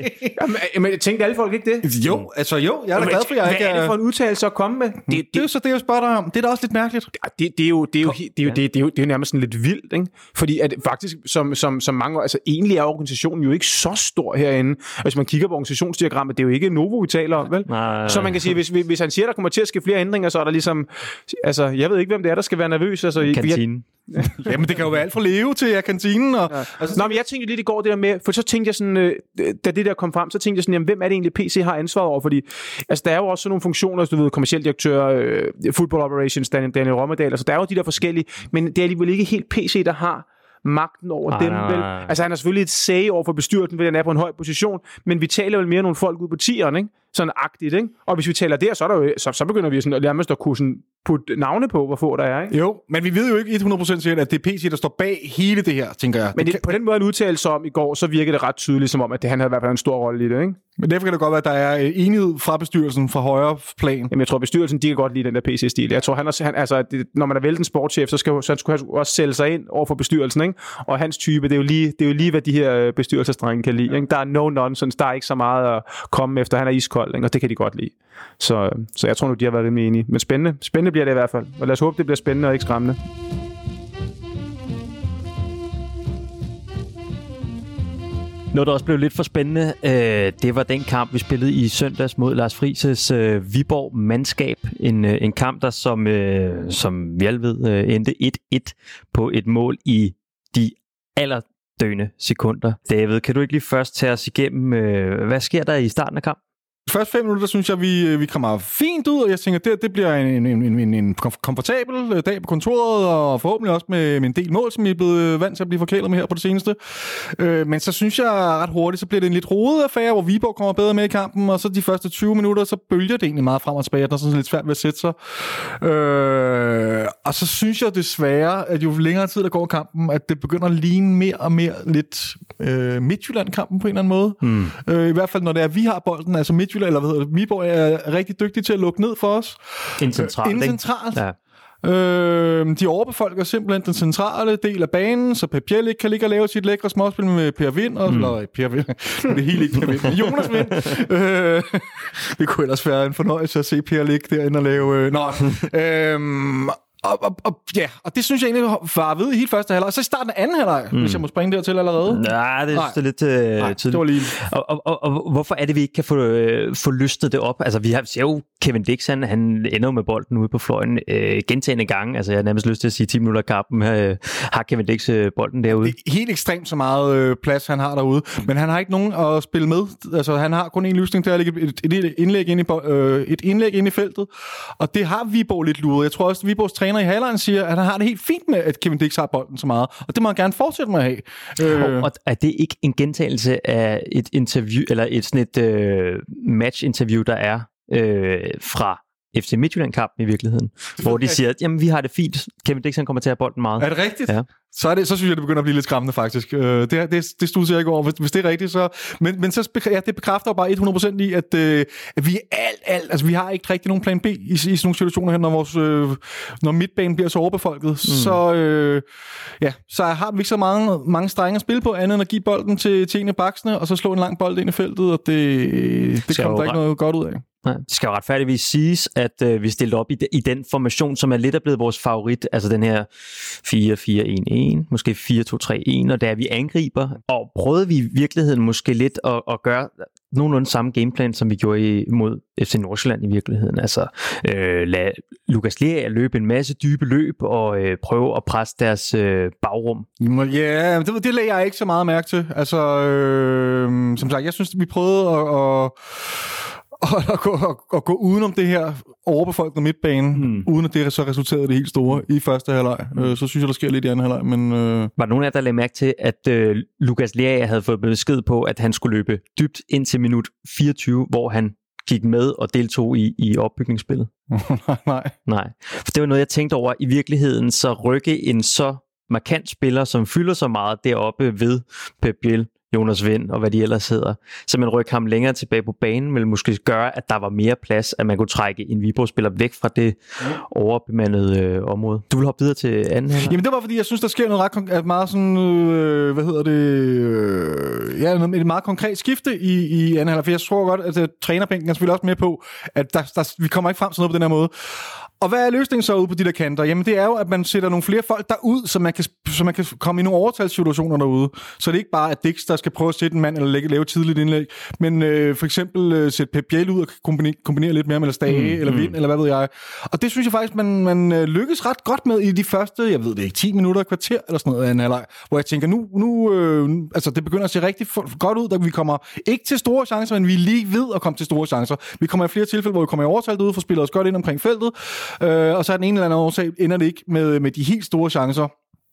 Jamen, men tænkte alle folk ikke det? Jo, altså jo, jeg er da glad for, jeg hvad ikke... Hvad er det for en udtalelse at komme med? Det, det, det er jo så det, jeg spørger dig om. Det er da også lidt mærkeligt. Det, det, er, jo, det, er, jo, det, er, jo, det, er, det, er, jo, det er jo nærmest sådan lidt vildt, ikke? Fordi at faktisk, som, som, som mange... Altså, egentlig er organisationen jo ikke så stor herinde. Hvis man kigger på organisationsdiagrammet, det er jo ikke Novo, vi taler om, vel? Nej. Så man kan sige, hvis, hvis han siger, der kommer til at ske flere ændringer, så er der ligesom... Altså, jeg ved ikke, hvem det er, der skal være nervøs. Altså, Kantinen. Jamen, det kan jo være alt fra leve til ja, kantinen. Og, ja. altså, Nå, men jeg tænkte lidt i går det der med... For så tænkte jeg sådan... Øh, da det der kom frem, så tænkte jeg sådan, jamen, hvem er det egentlig, P C har ansvaret over? Fordi altså, der er jo også sådan nogle funktioner, du ved, kommerciel direktør, øh, football operations, Daniel, Daniel Rommedal. Altså, der er jo de der forskellige... Men det er alligevel ikke helt P C, der har magten over ah, dem, nej, vel? nej. Altså, han har selvfølgelig et say over for bestyrelsen, fordi han er på en høj position, men vi taler vel mere nogle folk ud på tieren, ikke? Sådan agtigt, ikke? Og hvis vi taler der, så, er der jo, så, så begynder vi sådan at nærmest at kunne sådan putte navne på, hvor få der er, ikke? Jo, men vi ved jo ikke hundrede procent sikkert, at det er P C, der står bag hele det her, tænker jeg. Men det, kan... på den måde, han udtalte sig om i går, så virker det ret tydeligt, som om, at det, han havde i hvert fald en stor rolle i det, ikke? Men derfor kan det godt være, at der er enighed fra bestyrelsen fra højre plan. Jamen, jeg tror, bestyrelsen, de kan godt lide den der P C-stil. Jeg tror, han, også, han altså, det, når man er væltet en sportschef, så, skal, så skulle han også sælge sig ind over for bestyrelsen, ikke? Og hans type, det er jo lige, det er jo lige hvad de her bestyrelsesdrenge kan lide, ikke? Der er no nonsense, der er ikke så meget at komme efter, han er iskold, ikke? Og det kan de godt lide. Så, så jeg tror nu, de har været rimelig enige. Men spændende. Spændende bliver det i hvert fald. Og lad os håbe, det bliver spændende og ikke skræmmende. Noget, der også blev lidt for spændende, øh, det var den kamp, vi spillede i søndags mod Lars Friis' øh, Viborg mandskab. En, øh, en kamp, der som, øh, som vi alle ved, øh, endte et et på et mål i de allerdøende sekunder. David, kan du ikke lige først tage os igennem, øh, hvad sker der i starten af kampen? Første fem minutter, der synes jeg, vi, vi kommer fint ud, og jeg tænker, det, det bliver en, en, en, en komfortabel dag på kontoret, og forhåbentlig også med, med en del mål, som I er blevet vant til at blive forkælet med her på det seneste. Øh, men så synes jeg ret hurtigt, så bliver det en lidt rodet affære, hvor Viborg kommer bedre med i kampen, og så de første tyve minutter, så bølger det egentlig meget frem og tilbage, og der er sådan lidt svært ved at sætte sig. Øh, og så synes jeg desværre, at jo længere tid der går i kampen, at det begynder at ligne mere og mere lidt øh, Midtjylland-kampen på en eller anden måde. Hmm. Øh, I hvert fald, når det er, vi har bolden, altså Midtjylland, eller hvad hedder det, Viborg er rigtig dygtig til at lukke ned for os. Incentralt, øh, Incentralt. Ja. Øh, de overbefolker simpelthen den centrale del af banen, så Per Bjellik kan ligge og lave sit lækre småspil med Per Vind, og, mm. eller Per Vind, det er helt ikke Per Vind, Jonas Vind. øh, det kunne ellers være en fornøjelse at se Per ligge derinde og lave... Øh, nå, øh, Og, og, og, ja, og det synes jeg egentlig var ved i helt første halvleg. Og så i starten af anden halvleg, mm. hvis jeg må springe dertil allerede. Nej, det, det er lidt øh, Nej, tidligt. Det var lige. Og, og, og, og hvorfor er det, vi ikke kan få, øh, få løsnet det op? Altså, vi har, ser jo Kevin Dix, han, han ender jo med bolden ude på fløjen øh, gentagende gange. Altså, jeg har nærmest lyst til at sige ti minutter af kampen. Øh, har Kevin Dix øh, bolden derude? Det er helt ekstremt så meget øh, plads, han har derude. Men han har ikke nogen at spille med. Altså, han har kun en løsning til at lægge et, et, indlæg ind i, øh, et indlæg ind i feltet. Og det har Viborg lidt luret. Jeg tror også, at Viborgs træner i halvlejen siger, at han har det helt fint med, at Kevin Dix har bolden så meget. Og det må han gerne fortsætte med at have. Øh. Og, og er det ikke en gentagelse af et interview, eller et sådan et øh, match-interview, der er øh, fra F C Midtjylland-kampen i virkeligheden, hvor de siger, at jamen, vi har det fint. Kevin Dix kommer til at have bolden meget. Er det rigtigt? Ja. Så, er det, så synes jeg, det begynder at blive lidt skræmmende, faktisk. Øh, det, det, det studser jeg ikke over, hvis, hvis det er rigtigt. Så, men men så, ja, det bekræfter jo bare hundrede procent i, at, øh, at vi er alt, alt, altså vi har ikke rigtig nogen plan B i, i sådan nogle situationer her, når, vores, øh, når midtbanen bliver så overbefolket. Mm. Så, øh, ja, så har vi ikke så mange, mange strenge at spille på, andet end at give bolden til, til en af baksene, og så slå en lang bold ind i feltet, og det, det kommer der ikke noget godt ud af. Nej, det skal jo retfærdigvis siges, at øh, vi stillede op i, de, i den formation, som er lidt er blevet vores favorit, altså den her fire fire en en, måske fire to tre en, og der vi angriber, og prøvede vi i virkeligheden måske lidt at, at gøre nogenlunde samme gameplan, som vi gjorde imod F C Nordsjælland i virkeligheden. Altså øh, lade Lukas Lea løbe en masse dybe løb og øh, prøve at presse deres øh, bagrum. Ja, yeah, det, det lagde jeg ikke så meget mærke til. Altså, øh, som sagt, jeg synes, vi prøvede at... at og, og, gå, og, og gå udenom det her overbefolkede midtbane, mm. uden at det så resulterede det helt store i første halvleg. Mm. Øh, så synes jeg, der sker lidt i anden halvleg. Men, øh... Var der nogen af jer, der lagde mærke til, at øh, Lukas Lea havde fået besked på, at han skulle løbe dybt ind til minut fireogtyve, hvor han gik med og deltog i, i opbygningsspillet? nej, nej. Nej, for det var noget, jeg tænkte over. I virkeligheden, så rykke en så markant spiller, som fylder så meget deroppe ved Pep Biel, Jonas Vind og hvad de ellers hedder, så man rykker ham længere tilbage på banen, vil måske gøre, at der var mere plads, at man kunne trække en Viborg-spiller væk fra det overbemandede øh, område. Du vil hoppe videre til anden halvleg? Jamen det var, fordi jeg synes, der sker noget ret meget sådan, øh, hvad hedder det, øh, ja, et meget konkret skifte i, i anden halvleg, for jeg tror godt, at uh, trænerbænken er selvfølgelig også med på, at der, der, vi kommer ikke frem til noget på den her måde. Og hvad er løsningen så ude på de der kanter? Jamen det er jo, at man sætter nogle flere folk derud, så man kan, så man kan komme i nogle overtalssituationer derude. Så det er ikke bare, at Dix, der skal prøve at sætte en mand eller lave, lave tidligt indlæg, men øh, for eksempel øh, sætte Pep Biel ud og kombinere, kombinere lidt mere med Stage mm, eller Vind, mm. eller hvad ved jeg. Og det synes jeg faktisk, man, man lykkes ret godt med i de første, jeg ved det ikke, ti minutter, kvarter eller sådan noget af en halvleg, hvor jeg tænker, nu, nu øh, altså det begynder at se rigtig godt ud, da vi kommer ikke til store chancer, men vi er lige ved at komme til store chancer. Vi kommer i flere tilfælde, hvor vi kommer i overtal derude, for spiller os godt ind omkring feltet. Øh, og så er den ene eller anden årsag, ender det ikke med, med de helt store chancer.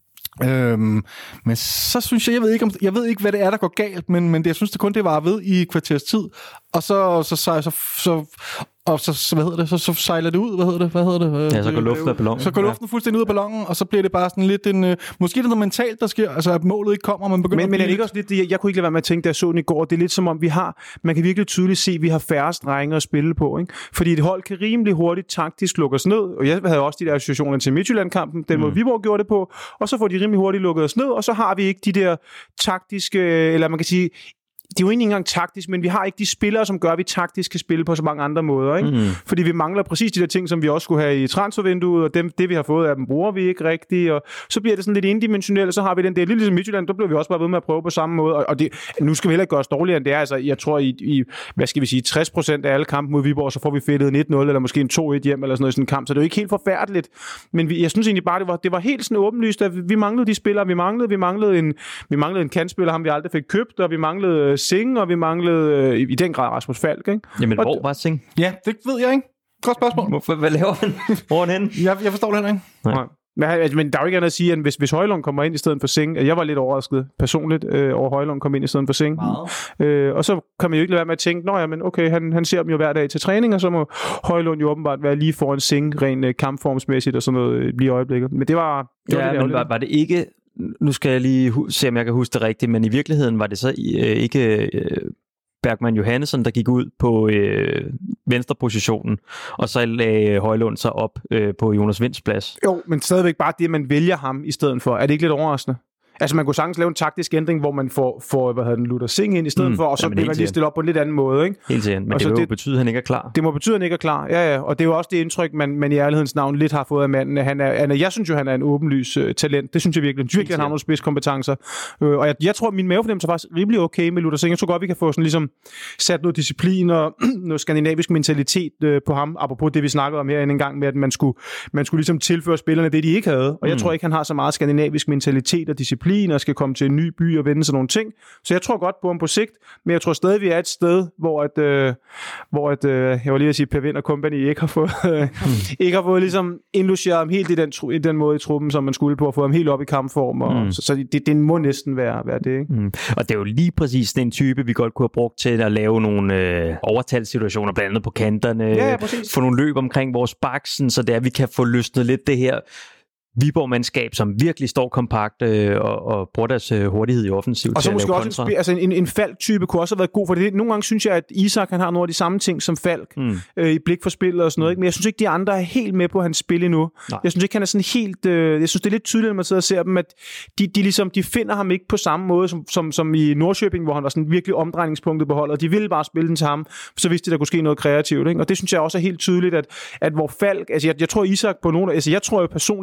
Øhm, men så synes jeg, jeg ved ikke, om, jeg ved ikke, hvad det er, der går galt, men, men det, jeg synes det kun, det var ved i kvarters tid. Og så, så, så, så, så og så, så, hvad hedder det, så, så sejler det ud, hvad hedder det, hvad hedder det? Ja, så går luften af ballonen. Så går luften fuldstændig ud af ballonen, og så bliver det bare sådan lidt en, øh, måske det er noget mentalt, der sker, altså at målet ikke kommer, og man begynder men, at men er det ikke også lidt, jeg, jeg kunne ikke lade være med at tænke, da jeg så den i går, det er lidt som om vi har, man kan virkelig tydeligt se, at vi har færre strenge at spille på, ikke? Fordi et hold kan rimelig hurtigt taktisk lukke os ned, og jeg havde også de der associationer til Midtjylland-kampen, den måde mm. Viborg gjorde det på, og så får de rimelig hurtigt lukket os ned, og så har vi ikke de der taktiske, eller man kan sige, det er jo ikke engang taktisk, men vi har ikke de spillere, som gør, at vi taktisk kan spille på så mange andre måder. Ikke? Mm. Fordi vi mangler præcis de der ting, som vi også skulle have i transfervinduet, og dem, det vi har fået af dem, bruger vi ikke rigtigt. Og så bliver det sådan lidt indimensionelt, og så har vi den der, lidt ligesom Midtjylland, der bliver vi også bare ved med at prøve på samme måde. Og det, nu skal vi heller ikke gøre os dårligere end det er. Altså, jeg tror, i, i hvad skal vi sige, tres procent af alle kampe mod Viborg, så får vi fedtet en et nul, eller måske en to et hjem, eller sådan noget i sådan en kamp. Så det er jo ikke helt forfærdeligt. Men vi, jeg synes egentlig bare, det var, det var helt sådan åbenlyst, at vi manglede de spillere, vi manglede. Vi manglede en, vi manglede en kantspiller, ham vi aldrig fik købt, og vi manglede Sing, og vi manglede øh, i den grad Rasmus Falk, ikke? Jamen, og hvor var Sing? Ja, det ved jeg ikke. Godt spørgsmål. Hvorfor, hvad laver han? Hvor er han henne? Jeg, jeg forstår det heller ikke. Nej. Men, men der er jo ikke andet at sige, at hvis, hvis Højlund kommer ind i stedet for Sing, jeg var lidt overrasket personligt øh, over Højlund kom ind i stedet for Sing. Øh, og så kan man jo ikke lade være med at tænke, nå ja, men okay, han, han ser dem jo hver dag til træning, og så må Højlund jo åbenbart være lige foran Sing, rent øh, kampformsmæssigt og sådan noget lige i øjeblikket. Men det var, det ja, var lidt men var, var det ikke, nu skal jeg lige hu- se, om jeg kan huske det rigtigt, men i virkeligheden var det så øh, ikke øh, Bergman Johannesson, der gik ud på øh, venstrepositionen, og så lagde Højlund sig op øh, på Jonas Vinds plads. Jo, men stadigvæk bare det, man vælger ham i stedet for. Er det ikke lidt overraskende? Altså, man kunne sagtens lave en taktisk ændring, hvor man får, får hvad hedder den, Luther Sing ind i stedet mm, for, og så bliver man lige stillet op på en lidt anden måde, ikke? Helt sikkert, men og det vil jo det, betyde, at han ikke er klar. Det må betyde, at han ikke er klar, ja, ja. Og det er jo også det indtryk, man, man i ærlighedens navn lidt har fået af manden. Han er, han er, jeg synes jo, han er en åbenlys uh, talent. Det synes jeg virkelig. Jeg synes virkelig, han har nogle spidskompetencer. Uh, og jeg, jeg tror, at min mavefornemmelse er faktisk rimelig okay med Luther Sing. Jeg tror godt, vi kan få sådan ligesom sat noget disciplin og noget skandinavisk mentalitet uh, på ham. Apropos det, vi snakkede om her en gang med, at man skulle, man skulle ligesom tilføre spillerne det, de ikke havde. Og jeg mm. tror ikke, han har så meget skandinavisk mentalitet og disciplin og skal komme til en ny by og vende sådan nogle ting. Så jeg tror godt på ham på sigt, men jeg tror stadig, vi er et sted, hvor at, øh, hvor at, øh, jeg var lige at sige, Per Vind og Company ikke har fået, øh, mm. ikke har fået ligesom indlogeret ham helt i den, i den måde i truppen, som man skulle på, at få ham helt op i kampform. Og, mm. Så, så det, det må næsten være, være det. Ikke? Mm. Og det er jo lige præcis den type, vi godt kunne have brugt til at lave nogle øh, overtalssituationer, blandt andet på kanterne, ja, ja, få nogle løb omkring vores baksen, så der vi kan få løsnet lidt det her Viborg-mandskab, som virkelig står kompakt øh, og, og bruger deres øh, hurtighed i offensiv og til at lave kontra. Og så måske også en, en, en Falk-type kunne også have været god, for det. Nogle gange synes jeg, at Isak han har nogle af de samme ting som Falk mm. øh, i blik for spillet og sådan noget, ikke? Men jeg synes ikke, de andre er helt med på hans spil endnu. Nej. Jeg synes ikke, han er sådan helt... Øh, jeg synes, det er lidt tydeligt, når man sidder og ser dem, at de, de, ligesom, de finder ham ikke på samme måde, som, som, som i Nordsjøbing, hvor han var sådan virkelig omdrejningspunktet på holdet, og de ville bare spille den til ham, så vidste de, der kunne ske noget kreativt. Ikke? Og det synes jeg også er helt tydeligt, at, at hvor Falk... Altså, jeg, jeg tror, Isak på nogen... Altså, jeg tror jo personligt, at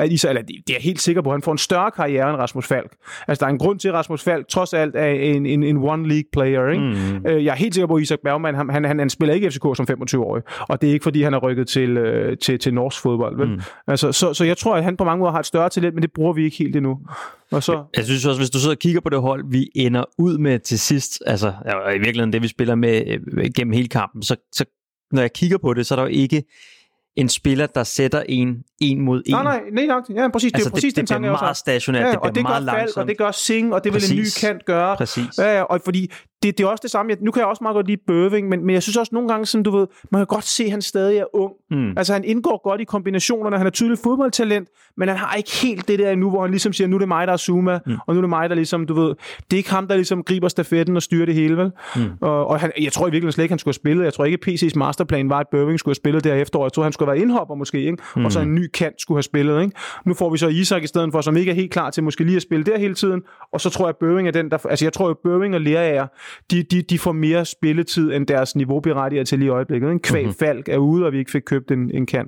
at Isak, eller det er jeg helt sikker på, at han får en større karriere end Rasmus Falk. Altså, der er en grund til, at Rasmus Falk trods alt er en, en, en one-league-player, ikke? Mm. Jeg er helt sikker på, at Isak Bergman, han, han, han spiller ikke i F C K som femogtyve-årig, og det er ikke, fordi han er rykket til, til, til norsk fodbold, vel? Mm. Altså, så, så jeg tror, at han på mange måder har et større talent, men det bruger vi ikke helt endnu. Og så... Jeg synes også, hvis du sidder og kigger på det hold, vi ender ud med til sidst, altså i virkeligheden det, vi spiller med øh, gennem hele kampen, så, så når jeg kigger på det, så er der jo ikke en spiller, der sætter en en mod en. Nej, nej, nej, nej. Ja, præcis. Altså, det er præcis det, den det bliver meget stationært, ja, det bliver og det meget gør Falk, langsomt. og det gør Singh, og det præcis. vil en ny kant gøre. Præcis. Ja, og fordi det, det er også det samme. Nu kan jeg også meget godt lide Bøving, men, men jeg synes også nogle gange, sådan, du ved, man kan godt se, at han stadig er ung. Mm. Altså, han indgår godt i kombinationerne. Han er tydeligt fodboldtalent, men han har ikke helt det der endnu, hvor han ligesom siger, nu er det mig, der er Zuma, mm. og nu er det mig, der ligesom, du ved, det er ikke ham, der ligesom griber stafetten og styrer det hele, vel? Mm. Og, og han, jeg tror i virkeligheden slet ikke, han skulle have spillet. Jeg tror ikke, P C's masterplan var, at Bøving skulle have spillet der efterår. Jeg tror, han skulle have været indhopper måske, ikke? Mm. Og så en ny kant skulle have spillet, ikke? Nu får vi så Isak i stedet for, som ikke er helt klar til måske lige at spille der hele tiden, og så tror jeg, at Bøving er den, der... Altså, jeg tror, at Bøving og Lerager, de, de, de får mere spilletid, end deres niveau berettiger til lige i øjeblikket. En Kvæg mm-hmm. Falk er ude, og vi ikke fik købt en, en kant.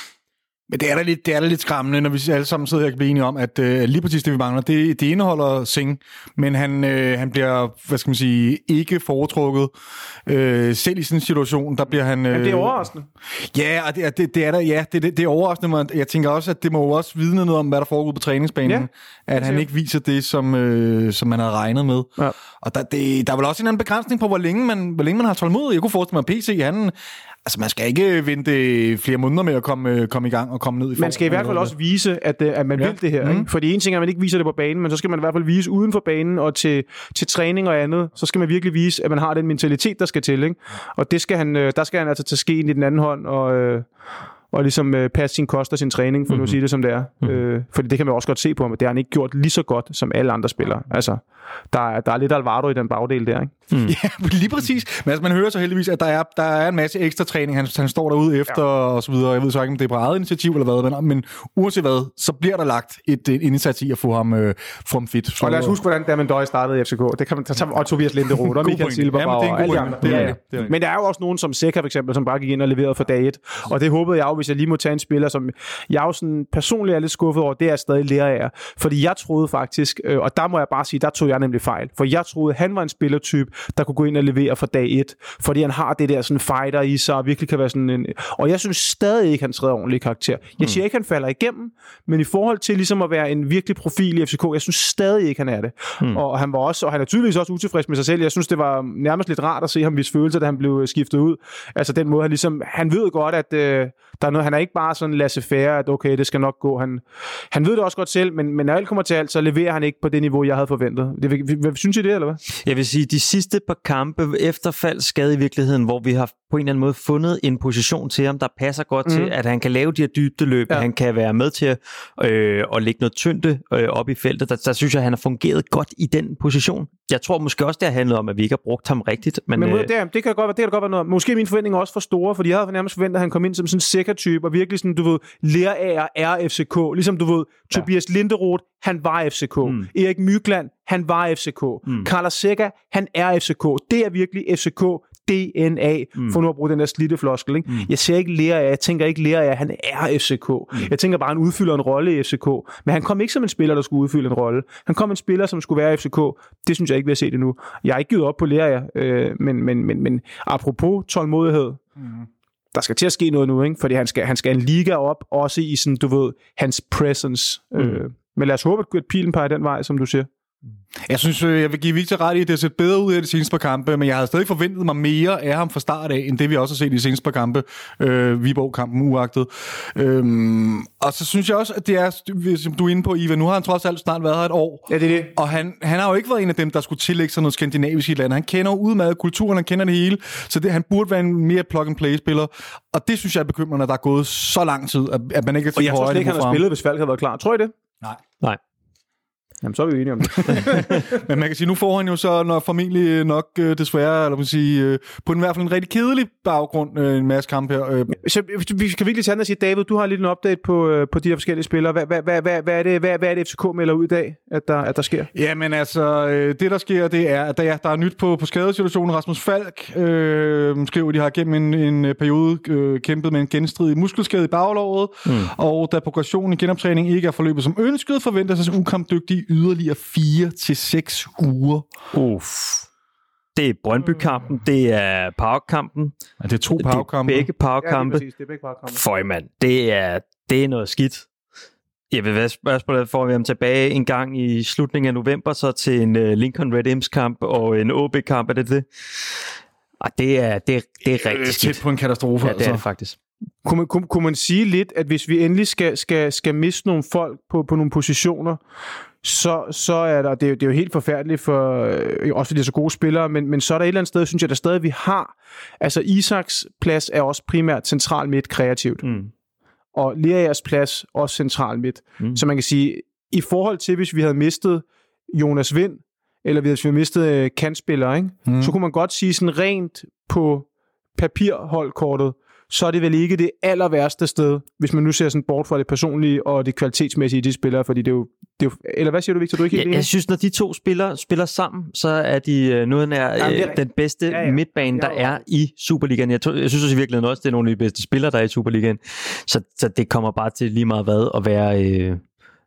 Men det er da lidt, det er da lidt skræmmende, når vi alle sammen sidder og kan blive enige om, at øh, lige præcis det, vi mangler, det, det indeholder Singh, men han, øh, han bliver, hvad skal man sige, ikke foretrukket. Øh, selv i sådan en situation, der bliver han... Øh, men det er overraskende. Ja, og det, det, det er der, ja, det, det, det er overraskende, men jeg tænker også, at det må jo også vidne noget om, hvad der foregår på træningsbanen, ja, at han ikke viser det, som, øh, som man havde regnet med. Ja. Og der, det, der er vel også en anden begrænsning på, hvor længe man, hvor længe man har tålmodighed. Jeg kunne forestille mig, at P C, han... Altså, man skal ikke vente flere måneder med at komme, komme i gang og komme ned i form. Man skal i hvert fald også vise, at, at man ja. vil det her. Mm. Ikke? For det ene ting er, at man ikke viser det på banen, men så skal man i hvert fald vise uden for banen og til, til træning og andet. Så skal man virkelig vise, at man har den mentalitet, der skal til. Ikke? Og det skal han, der skal han altså tage skeen i den anden hånd og... og ligesom øh, passe sin kost og sin træning, for mm-hmm. nu at sige det som det er. Mm-hmm. Øh, fordi det kan man også godt se på ham, at det har han ikke gjort lige så godt, som alle andre spillere. Altså, der er, der er lidt Alvaro i den bagdel der, ikke? Mm. Ja, lige præcis. Men altså, man hører så heldigvis, at der er, der er en masse ekstra træning, han, han står derude efter, ja. og så videre. Jeg ved så ikke, om det er på eget initiativ eller hvad, men, men uanset hvad, så bliver der lagt et, et initiativ at få ham, øh, få ham fit. Og lad os huske, hvordan Damon Døj startede i F C K. Det kan man tage, og Tobias Linderoth, og Michael Silberberg og alle de andre. Ja, ja. Ja. Men der er jo også nogen som Seca for eksempel, som bare gik ind og leverede for dag et. Og det håbede jeg jo, hvis jeg lige må tage en spiller, som jeg jo sådan personligt er lidt skuffet over, det er stadig Lerager. Fordi jeg troede faktisk, øh, og der må jeg bare sige, der tog jeg nemlig fejl. For jeg troede, han var en spillertype, der kunne gå ind og levere fra dag et. Fordi han har det der sådan fighter i sig, og virkelig kan være sådan en... Og jeg synes stadig ikke, han træder ordentlig karakter. Jeg siger ikke, han falder igennem, men i forhold til ligesom at være en virkelig profil i F C K, jeg synes stadig ikke, han er det. Hmm. Og han var også, og han er tydeligvis også utilfreds med sig selv. Jeg synes, det var nærmest lidt rart at se ham vise følelser, da han blev skiftet ud. Altså den måde, han ligesom... Han ved godt, at øh, der er noget... Han er ikke bare sådan laissez-faire, at okay, det skal nok gå. Han, han ved det også godt selv, men, men når alt kommer til alt, så leverer han ikke på det niveau, jeg havde forventet. Det, hvad synes I det, eller hvad? Jeg vil sige, de sidste par kampe efter Falks skade i virkeligheden, hvor vi har på en eller anden måde fundet en position til ham, der passer godt mm. til, at han kan lave de her dybdeløb, ja. Han kan være med til øh, at lægge noget tyngde øh, op i feltet. Der, der synes jeg, at han har fungeret godt i den position. Jeg tror måske også, det har handlet om, at vi ikke har brugt ham rigtigt. Men, men øh, det, det, kan godt, det kan godt være noget. Måske mine forventninger også for store, fordi jeg havde nærmest forventet, at han kom ind som sådan en sikker-type, og virkelig sådan, du ved, Lerager er F C K. Ligesom du ved, ja. Tobias Linderoth, han var F C K. Mm. Erik Mykland, han var F C K. Mm. Carlos Seca, han er F C K. Det er virkelig F C K D N A, mm. for nu at bruge den der slidte floskel. Ikke? Mm. Jeg ser ikke Lerager, jeg tænker ikke Lerager, han er F C K. Mm. Jeg tænker bare, han udfylder en rolle i F C K. Men han kom ikke som en spiller, der skulle udfylde en rolle. Han kom en spiller, som skulle være i F C K. Det synes jeg ikke, vi har set endnu. Jeg har ikke givet op på Lerager, øh, men, men, men, men apropos tålmodighed, mm. der skal til at ske noget nu, ikke? Fordi han skal, han skal en liga op, også i sådan, du ved, hans presence. Mm. Øh, men lad os håbe, at pilen peger den vej, som du siger. Jeg synes, jeg vil give Victor ret i, at det har set bedre ud af de seneste par kampe, men jeg havde stadig forventet mig mere af ham fra start af, end det vi også har set i de seneste par kampe, øh, Viborg-kampen uagtet. Øhm, og så synes jeg også, at det er, som du er inde på, Ivan, nu har han trods alt snart været her et år, ja, det er det. Og han, han har jo ikke været en af dem, der skulle tillægge sig noget skandinavisk i et land. Han kender jo udmærket kulturen, han kender det hele, så det, han burde være en mere plug-and-play-spiller, og det synes jeg er bekymrende, at der er gået så lang tid, at, at man ikke er til og jeg tror slet ikke, han har spillet, hvis Falk havde været klar. Tror I det? Nej. Nej. Jamen, så er vi jo enige om det. Men man kan sige, nu får han jo så når formentlig nok øh, desværre, eller man sige, øh, på en i hvert fald en rigtig kedelig baggrund, øh, en masse kampe her. Øh. Så vi kan virkelig tage og sige, David, du har lidt en update på, øh, på de her forskellige spillere. Hvad, hvad, hvad, hvad, hvad, er det, hvad, hvad er det, F C K melder ud i dag, at der, at der sker? Jamen altså, øh, det der sker, det er, at der, der er nyt på, på skadesituationen. Rasmus Falk øh, skriver, at de har gennem en, en periode øh, kæmpet med en genstridig muskelskade i baglåret, mm. og da progressionen i genoptræning ikke er forløbet som ønsket, forventer sig ukampdygtige yderligere fire til seks uger. Uff. Det er Brøndby-kampen, det er Park-kampen. Ja, det er to Park-kampe. Det er begge Park-kampe. Ja, det er begge Park-kampe. Føj, mand. Det er, det er noget skidt. Jeg vil være spørgsmålet, får vi ham tilbage en gang i slutningen af november, så til en uh, Lincoln Red Imps-kamp og en O B-kamp, er det det? Og det er, det er, det er rigtig skidt. Tæt på en katastrofe. Ja, det er det faktisk. Kunne man, kunne, kunne man sige lidt, at hvis vi endelig skal, skal, skal miste nogle folk på, på nogle positioner, så, så er der, det er, jo, det er jo helt forfærdeligt for, øh, også fordi det er så gode spillere, men, men så er der et eller andet sted, synes jeg, der stadig vi har, altså Isaks plads er også primært central midt kreativt, mm. og Leaers plads også central midt, mm. så man kan sige, i forhold til, hvis vi havde mistet Jonas Vind, eller hvis vi havde mistet øh, kantspillere, ikke? Mm. så kunne man godt sige sådan rent på papirholdkortet, så er det vel ikke det aller værste sted, hvis man nu ser sådan bort fra det personlige og det kvalitetsmæssige i de spillere, fordi det er jo, det er jo eller hvad siger du, Victor, du er ikke helt ja, jeg synes, når de to spillere spiller sammen, så er de noget nær Jamen, øh, den bedste ja, ja. midtbane, der er i Superligaen. Jeg, jeg synes også i virkeligheden også, det er nogle af de bedste spillere, der er i Superligaen. Så, så det kommer bare til lige meget hvad at være... Øh,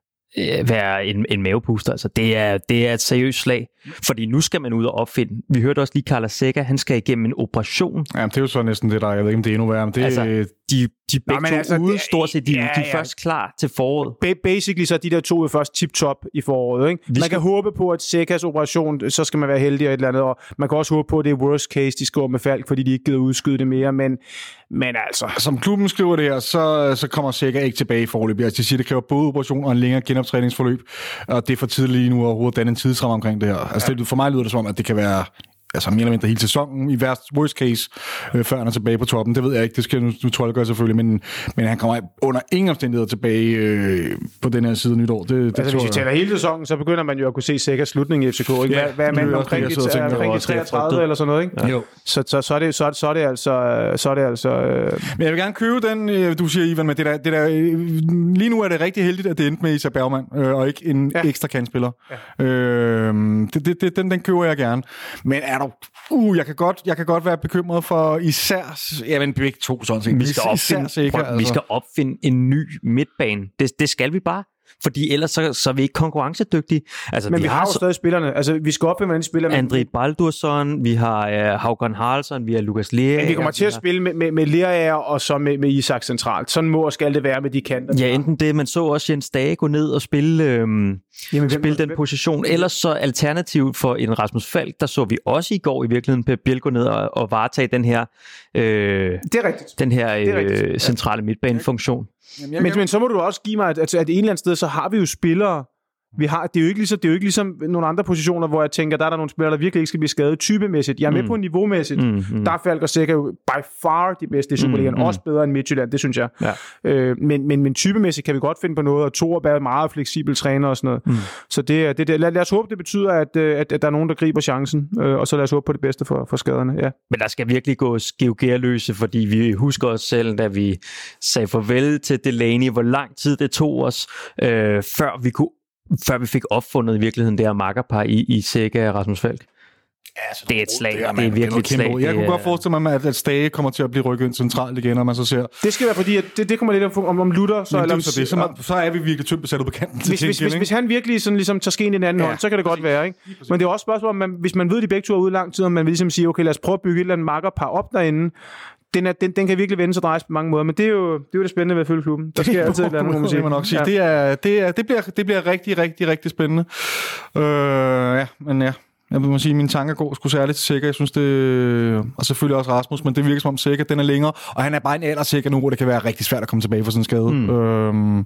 være en, en mavepuster. Altså, det er, det er et seriøst slag, fordi nu skal man ud og opfinde. Vi hørte også lige Carla Seca, han skal igennem en operation. Ja, det er jo så næsten det, der jeg ved ikke, om det er endnu værre. Men det, altså, de, de begge nej, to altså, ude, det, stort set, de, ja, de er ja. først klar til foråret. Basically så er de der to jo først tip-top i foråret. Ikke? Man skal... kan håbe på, at Secas operation, så skal man være heldig og et eller andet, og man kan også håbe på, at det er worst case, de skriver med Falk, fordi de ikke gider udskyde det mere, men, men altså... Som klubben skriver det her, så, så kommer Seca ikke tilbage i forløb. Altså, de siger, det kræver både operation og en længere genoptræningsforløb, og det er for tidligt lige nu overhovedet danne en tidsramme omkring det her. Altså, det, for mig lyder det som om, at det kan være... altså mere eller mindre hele sæsonen, i værst worst case, øh, før han er tilbage på toppen. Det ved jeg ikke, det skal nu, nu tolke selvfølgelig, men, men han kommer under ingen omstændigheder tilbage øh, på den her side af nytår. Det, det altså, hvis vi taler hele sæsonen, så begynder man jo at kunne se Secas slutning i F C K. Ikke? Ja, hvad er man omkring de treogtredive eller sådan noget? Ikke? Ja. Så, så, så, er det, så, så er det altså... Så er det altså øh... Men jeg vil gerne købe den, øh, du siger, Ivan, med det der, det der øh, lige nu er det rigtig heldigt, at det endte med Isak Bergman, øh, og ikke en ja. ekstra kantspiller. Ja. Øh, det, det, det, den, den køber jeg gerne. Men er der Uh, jeg kan godt, jeg kan godt være bekymret for især, ja, men begge to sådan set. Vi skal opfinde, sikker, altså. vi skal opfinde en ny midtbane. Det, det skal vi bare. Fordi ellers så, så er vi ikke konkurrencedygtige. Altså, men vi, vi har, har jo stadig spillerne. Altså, vi skal opfinde, hvordan de spiller. André Baldursson, vi har uh, Haugen Haraldsson, vi har Lukas Lea. Men vi kommer til at spille med, med, med Lerager og så med, med Isak centralt. Sådan må og skal det være med de kanter. Ja, enten det, man så også Jens Dage gå ned og spille, øhm, Jamen, spille hvem, den hvem? position. Ellers så alternativt for en Rasmus Falk, der så vi også i går i virkeligheden Pep Biel gå ned og, og varetage den her, øh, det er rigtigt. Den her det er rigtigt. Øh, centrale midtbanefunktion. Jamen, men, men så må du også give mig, at, at, at et eller andet sted, så har vi jo spillere, vi har, det er jo ikke ligesom, det er jo ikke ligesom nogle andre positioner, hvor jeg tænker, der er der nogle spillere, der virkelig ikke skal blive skadet typemæssigt. Jeg er med mm. på niveaumæssigt. Mm, mm. Der er Falk og Seca jo by far de bedste i Superligaen. Mm, mm. Også bedre end Midtjylland, det synes jeg. Ja. Øh, men, men, men typemæssigt kan vi godt finde på noget, og Thor er meget fleksibel træner og sådan noget. Mm. Så det, det, det, lad, lad os håbe, det betyder, at, at, at der er nogen, der griber chancen, øh, og så lad os håbe på det bedste for, for skaderne. Ja. Men der skal virkelig gå skivgærløse, fordi vi husker os selv, da vi sagde farvel til Delaney, hvor lang tid det tog os, øh, før vi kunne før vi fik opfundet i virkeligheden det her makkerpar i, i Seca og Rasmus Falk. Ja, det er et slag. Det er, det er virkelig et slag. Jeg kunne godt forestille mig, at, at Stage kommer til at blive rykket ind centralt igen, når man så ser... Det skal være, fordi at det, det kommer lidt om, om Luther. Så, eller, så, det, så, man, så er vi virkelig tyndt besat på kanten. Hvis, hvis, hvis, hvis han virkelig sådan, ligesom, tager skeen i den anden ja, hånd, så kan det godt være. Ikke? Men det er også spørgsmål, om man, hvis man ved, de begge to er ude lang tid, og man vil ligesom sige, okay, lad os prøve at bygge et eller andet makkerpar op derinde. Den, er, den, den kan virkelig vende sig og drejes på mange måder, men det er jo det, er jo det spændende ved at følge klubben. Der sker altid et eller andet, må man sige. Man nok sige. Ja. Det, er, det, er, det, bliver, det bliver rigtig, rigtig, rigtig spændende. Øh, ja, men ja. Jeg vil sige, mine tanker går sgu særligt til Seca. Jeg synes det... Og selvfølgelig også Rasmus, men det virker som om Seca, den er længere. Og han er bare en alder Seca nu, hvor det kan være rigtig svært at komme tilbage fra sådan en skade. Mm. Øhm,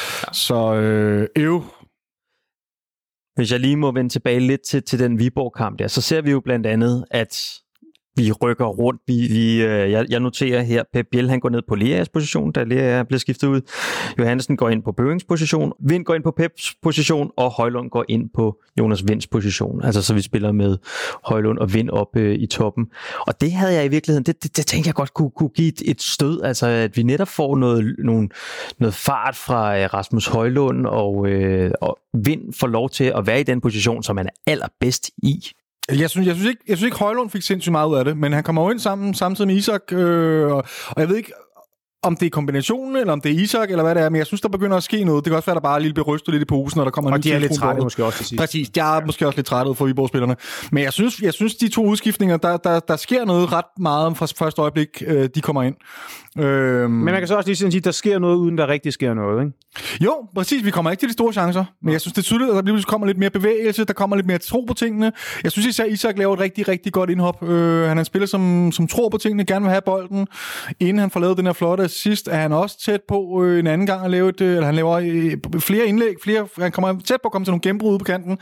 så øh, øv. Hvis jeg lige må vende tilbage lidt til, til den Viborg-kamp der, så ser vi jo blandt andet, at vi rykker rundt. Vi, vi, øh, jeg, jeg noterer her, Pep Biel, han går ned på Leas position, da Lea bliver skiftet ud. Johansen går ind på Bøings position. Vind går ind på Peps position, og Højlund går ind på Jonas Vinds position. Altså, så vi spiller med Højlund og Vind op øh, i toppen. Og det havde jeg i virkeligheden, det, det, det tænkte jeg godt kunne, kunne give et, et stød, altså at vi netop får noget, nogle, noget fart fra øh, Rasmus Højlund, og, øh, og Vind får lov til at være i den position, som han er allerbedst i. Jeg synes, jeg synes ikke, jeg synes ikke Højlund fik sindssygt meget ud af det, men han kommer jo ind sammen, samtidig med Isak, øh, og, og jeg ved ikke, om det er kombinationen, eller om det er Isak, eller hvad det er, men jeg synes, der begynder at ske noget. Det kan også være, der bare er lidt berystet lidt i posen, når der kommer og en ny. Og de er lidt trætte måske også til sidst. Præcis, jeg er måske også lidt trætte for Viborg-spillerne. Men jeg synes, jeg synes de to udskiftninger, der, der, der sker noget ret meget fra første øjeblik, øh, de kommer ind. Øhm... Men man kan så også lige sige, at der sker noget, uden der rigtig sker noget, ikke? Jo, præcis. Vi kommer ikke til de store chancer. Men jeg synes, det er tydeligt, at der lige kommer lidt mere bevægelse, der kommer lidt mere tro på tingene. Jeg synes især, Isak laver et rigtig, rigtig godt indhop. Øh, han er en spiller, som, som tror på tingene, gerne vil have bolden. Inden han får lavet den her flotte assist, er han også tæt på øh, en anden gang at lave et, eller han laver øh, flere indlæg, flere, han kommer tæt på at komme til nogle gennembrud ude på kanten.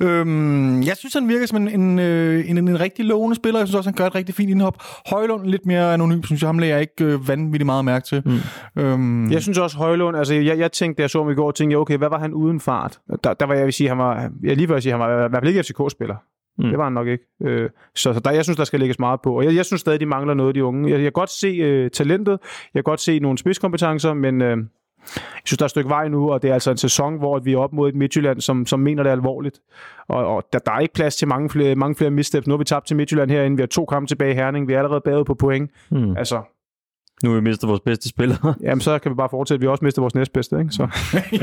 Øh, jeg synes, han virker som en, en, øh, en, en rigtig lovende spiller. Jeg synes også, han gør et rigtig fint indhop. Højlund lidt mere anonym, synes jeg, ham lægger jeg ikke øh, vanvittigt meget mærke til. Mm. Øhm... Jeg synes også, Højlund, altså jeg, jeg tænkte, da jeg så ham i går, tænkte jeg, okay, hvad var han uden fart? Der, der var jeg vil sige, han var, jeg lige vil sige, han var i hvert fald ikke F C K-spiller. Mm. Det var han nok ikke. Øh, så så der, jeg synes, der skal lægges meget på. Og jeg, jeg synes stadig, de mangler noget, de unge. Jeg, jeg kan godt se øh, talentet, jeg kan godt se nogle spidskompetencer, men øh, jeg synes, der er et stykke vej nu, og det er altså en sæson, hvor vi er op mod et Midtjylland, som, som mener det er alvorligt. Og, og der, der er ikke plads til mange flere, mange flere missteps. Nu har vi tabt til Midtjylland herinde, vi har to kampe tilbage i Herning, vi er allerede bagud på point. Mm. Altså... Nu har vi mistet vores bedste spillere. Jamen, så kan vi bare fortsætte. Vi har også mistet vores næstbedste, ikke? Så.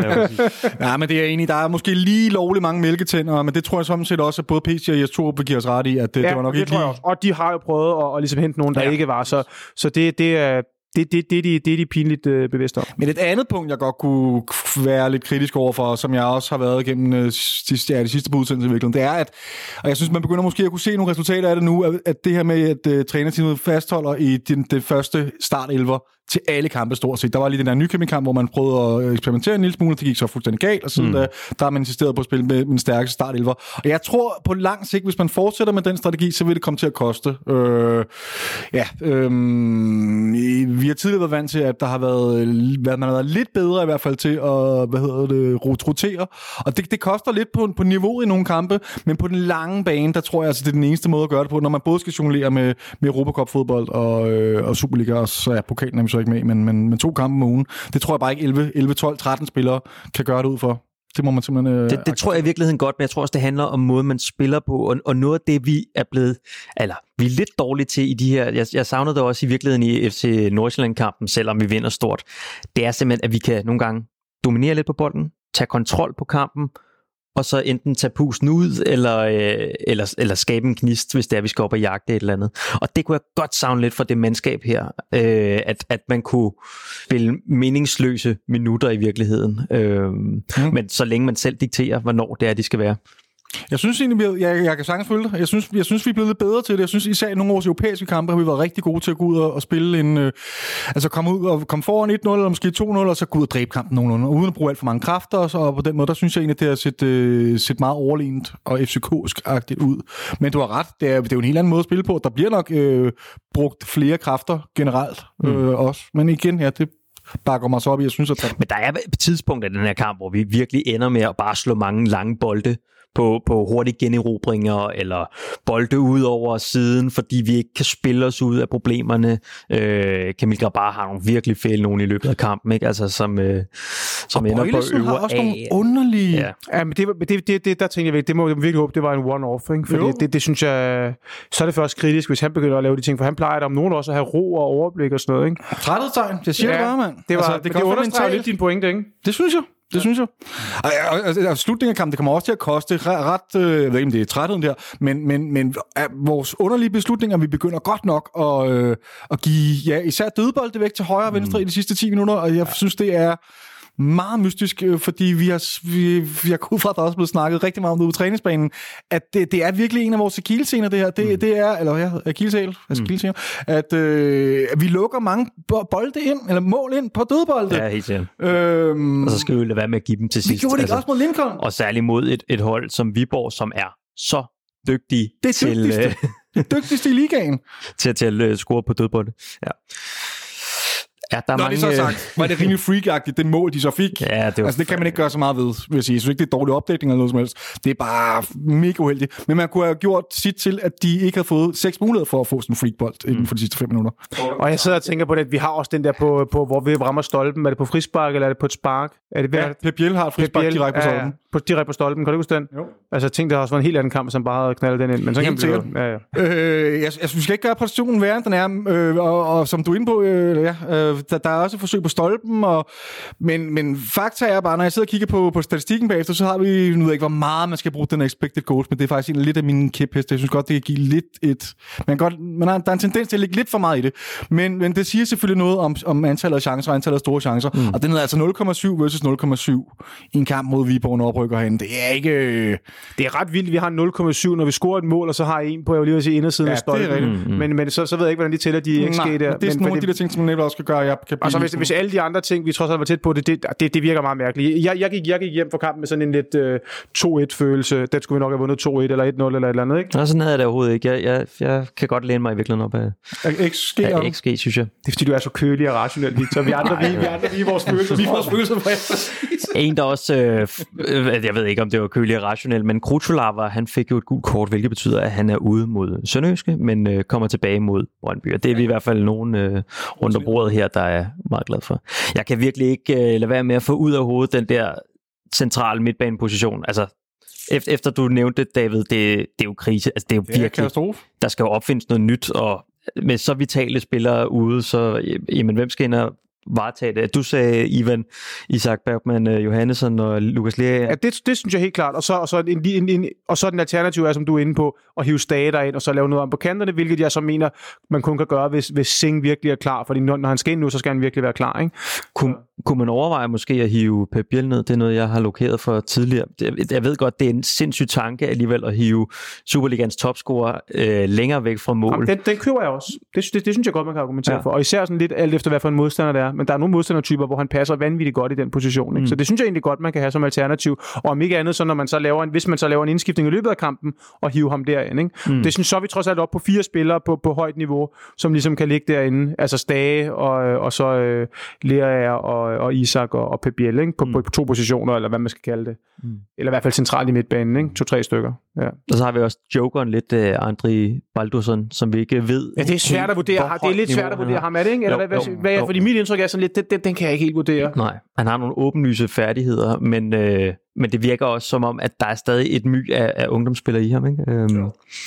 Ja, men det er enig. Der er måske lige lovligt mange mælketænder, men det tror jeg sådan set også, at både P C og Jes Torup vil give os ret i, at det, ja, det var nok det ikke lige... Og de har jo prøvet at, at ligesom hente nogen, der ja. ikke var. Så, så det, det er... Det, det, det, det, det er de pinligt øh, bevidste om. Men et andet punkt, jeg godt kunne være lidt kritisk overfor, som jeg også har været igennem øh, sidste, ja, de sidste på udsendelsen i virkeligheden, det er, at, og jeg synes, man begynder måske at kunne se nogle resultater af det nu, at, at det her med, at øh, trænerteamet fastholder i den, den første startelver til alle kampe stort set. Der var lige den der Nykøbing-kamp, hvor man prøvede at eksperimentere en lille smule, det gik så fuldstændig galt, og siden mm. der, der har man insisteret på at spille med, med en stærkeste startelver. Og jeg tror på lang sigt, hvis man fortsætter med den strategi, så vil det komme til at koste. Øh, ja, øh, vi har tidligere været vant til, at der har været, man har været lidt bedre i hvert fald til at, hvad hedder det, rotere, og det, det koster lidt på, på niveauet i nogle kampe, men på den lange bane, der tror jeg altså, det er den eneste måde at gøre det på, når man både skal jonglere med, med Europacup-fodbold og, øh, og Superliga, og så er pokalen nemlig så ikke med, men, men, men to kampe om ugen, det tror jeg bare ikke elleve, elleve, tolv, tretten spillere kan gøre det ud for. Det må man simpelthen... Øh, det, det tror jeg i virkeligheden godt, men jeg tror også, det handler om måden, man spiller på, og, og noget af det, vi er blevet... Eller, vi er lidt dårlige til i de her... Jeg, jeg savnede det også i virkeligheden i F C Nordsjælland-kampen, selvom vi vinder stort. Det er simpelthen, at vi kan nogle gange dominere lidt på bolden, tage kontrol på kampen, og så enten tage pusten ud, eller, øh, eller, eller skabe en gnist, hvis det er, vi skal op og jagte et eller andet. Og det kunne jeg godt savne lidt fra det mandskab her, øh, at, at man kunne spille meningsløse minutter i virkeligheden. Øh, mm. Men så længe man selv dikterer, hvornår det er, de skal være. Jeg synes egentlig, jeg, jeg kan sagtens følge det. Jeg synes, jeg synes, vi er blevet lidt bedre til det. Jeg synes især i nogle af vores europæiske kampe har vi været rigtig gode til at gå ud og, og spille en... Øh, altså komme ud og komme foran et nul eller måske to nul, og så gå ud og dræbe kampen nogenlunde, uden at bruge alt for mange kræfter. Og, så, og på den måde, der synes jeg egentlig, at det har set, øh, set meget overlegent og F C K-agtigt ud. Men du har ret, det er, det er jo en helt anden måde at spille på. Der bliver nok øh, brugt flere kræfter generelt øh, mm. også. Men igen, ja, det bakker mig så op i, jeg synes, at... Der... Men der er et tidspunkt af den her kamp, hvor vi virkelig ender med at bare slå mange lange bolde på, på hurtige generobringer, eller bolde ud over siden, fordi vi ikke kan spille os ud af problemerne. Øh, Kamil Grabar har nogle virkelig fælde nogen i løbet af kampen, ikke? Altså, som, øh, som ender på øver har også nogle underlige... Ja, ja men det, det, det, det, der tænker jeg, det må jeg virkelig håbe, det var en one-off, ikke? Fordi det, det synes jeg, så er det først kritisk, hvis han begynder at lave de ting, for han plejer om nogen også at have ro og overblik og sådan noget, ikke? Træthedstegn, det siger ja, det bare, mand. Det, var, altså, det, det understreger lidt din pointe, ikke? Det synes jeg. Det ja. synes jeg. Og, og, og slutningen af kampen, det kommer også til at koste ret, øh, jeg ved ikke, om det er trætheden der, men, men, men vores underlige beslutninger, vi begynder godt nok at, øh, at give, ja, især dødbolde væk til højre og venstre mm. i de sidste ti minutter, og jeg ja. synes, det er meget mystisk, fordi vi har, vi, vi har gået fra, at der også blevet snakket rigtig meget om det ude på træningsbanen, at det, det er virkelig en af vores akillessener, det her. Det, mm. det er, eller ja, akillesel, akillesel, mm. at øh, vi lukker mange bolde ind, eller mål ind på dødbolde. Ja, helt sikkert. Øhm, og så skal vi lade være med at give dem til sidst. Vi gjorde det ikke altså, også mod Lincoln. Og særligt mod et, et hold som Viborg, som er så dygtige det til, øh, Dygtigste i ligaen. til, til at score på dødbolde. Ja. Ja, der er Nå, mange... det er så sagt. Var det rimelig freak-agtigt, det mål, de så fik? Ja, det, var... altså, det kan man ikke gøre så meget ved, vil jeg sige. Jeg synes ikke, det er dårlig opdækning eller noget som helst. Det er bare mega uheldigt. Men man kunne have gjort sit til, at de ikke havde fået seks muligheder for at få sådan en freakbold mm. inden for de sidste fem minutter. Og jeg sidder og tænker på det, at vi har også den der på, på hvor vi rammer stolpen. Er det på frispark, eller er det på et spark? Er det, ja, Pep Biel har et frispark Biel, direkte på stolpen. Ja, på, direkte på stolpen, kan du huske den? Jo. Altså, jeg tænkte, det har også været en helt anden kamp, som bare havde knaldet den ind. Men så kan man ja, ja. øh, jeg, jeg synes, vi skal ikke gøre præstationen værre, end den er. Øh, og, og som du er inde på, øh, ja, øh, der, der er også et forsøg på stolpen, og, men, men fakta er bare, når jeg sidder og kigger på, på statistikken bagefter, så har vi, nu ved jeg ikke, hvor meget man skal bruge den expected goals, men det er faktisk en, lidt af mine kæpheste. Jeg synes godt, det kan give lidt et... Man godt, man har, der er en tendens til at lægge lidt for meget i det, men, men det siger selvfølgelig noget om, om antallet af chancer og antallet af store chancer, mm. og den er altså nul komma syv versus nul komma syv i en kamp mod Viborg, en oprykker herinde. Det er ikke... Det er ret vildt, vi har nul komma syv, når vi scorer et mål, og så har en på, jeg vil lige sige, indersiden ja, af stolpen. Mm. Men, men så, så ved jeg ikke, hvordan de tæller de X G der. Det er sådan nogle af de der ting, som man netop også skal gøre, jeg kan altså, hvis, hvis alle de andre ting, vi trods alt var tæt på, det, det, det, det virker meget mærkeligt. Jeg, jeg, gik, jeg gik hjem for kampen med sådan en lidt uh, to et-følelse. Den skulle vi nok have vundet to et eller et nul eller et eller andet, ikke? Nå, sådan havde jeg det overhovedet ikke. Jeg, jeg, jeg kan godt læne mig i virkeligheden op af X G, ja, X G, synes jeg. Det er fordi, du er så kølig og rationel, Victor. Vi andre, vi, vi andre, vi er vores følelser. Vi er vores følelser. En, der også, øh, jeg ved ikke, om det var kølig og rationel, men Krutulava, han fik jo et gult kort, hvilket betyder, at han er ude mod Sønderjyske, men øh, kommer tilbage mod Brøndby. Og det er vi i hvert fald nogen øh, rundt om bordet her, der er meget glad for. Jeg kan virkelig ikke øh, lade være med at få ud af hovedet den der centrale midtbaneposition. Altså, efter, efter du nævnte det, David, det, det er jo krise. Altså, det er jo virkelig... katastrofe. Der skal jo opfindes noget nyt, og med så vitale spillere ude, så jamen, hvem skal ind og varetage det? Du sagde, Ivan, Isak Bergman, Johannesson og Lukas Lea. Ja, det, det synes jeg helt klart. Og så, og, så en, en, en, og så den alternativ er, som du er inde på, at hive Stage derind og så lave noget om på kanterne, hvilket jeg så mener, man kun kan gøre, hvis, hvis Singh virkelig er klar. Fordi når, når han skal ind nu, så skal han virkelig være klar, ikke? Kun, kunne man overveje måske at hive Pep Biel ned? Det er noget, jeg har lokeret for tidligere. Jeg ved godt, det er en sindssyg tanke alligevel at hive Superligans topscorer øh, længere væk fra mål. Jamen, den, den køber jeg også. Det, det, det synes jeg godt, man kan argumentere ja. for. Og især sådan lidt alt efter, hvad for en modstander det er. Men der er nogle modstandertyper, hvor han passer vanvittigt godt i den position. Ikke? Mm. Så det synes jeg egentlig godt, man kan have som alternativ. Og om ikke andet, så når man så laver en, hvis man så laver en indskiftning i løbet af kampen, og hive ham derind. Ikke? Mm. Det synes så er vi trods alt op på fire spillere på, på højt niveau, som ligesom kan ligge derinde. Altså Stage og, og så øh, Lerager og, og Isak og, og Pep Biel, ikke? På, mm. på, på to positioner, eller hvad man skal kalde det. Mm. Eller i hvert fald centralt i midtbanen, ikke? To-tre stykker. Ja. Og så har vi også jokeren lidt, uh, André Baldursson, som vi ikke ved. Ja, det er svært at vurdere. Det er lidt svært at vurdere ham, er det ikke? Eller jo, hvad, jo, hvad, jo. Fordi mit indtryk er sådan lidt, den, den, den kan jeg ikke helt vurdere. Nej, han har nogle åbenlyse færdigheder, men, øh, men det virker også som om, at der er stadig et my af, af ungdomsspillere i ham, ikke? Øhm.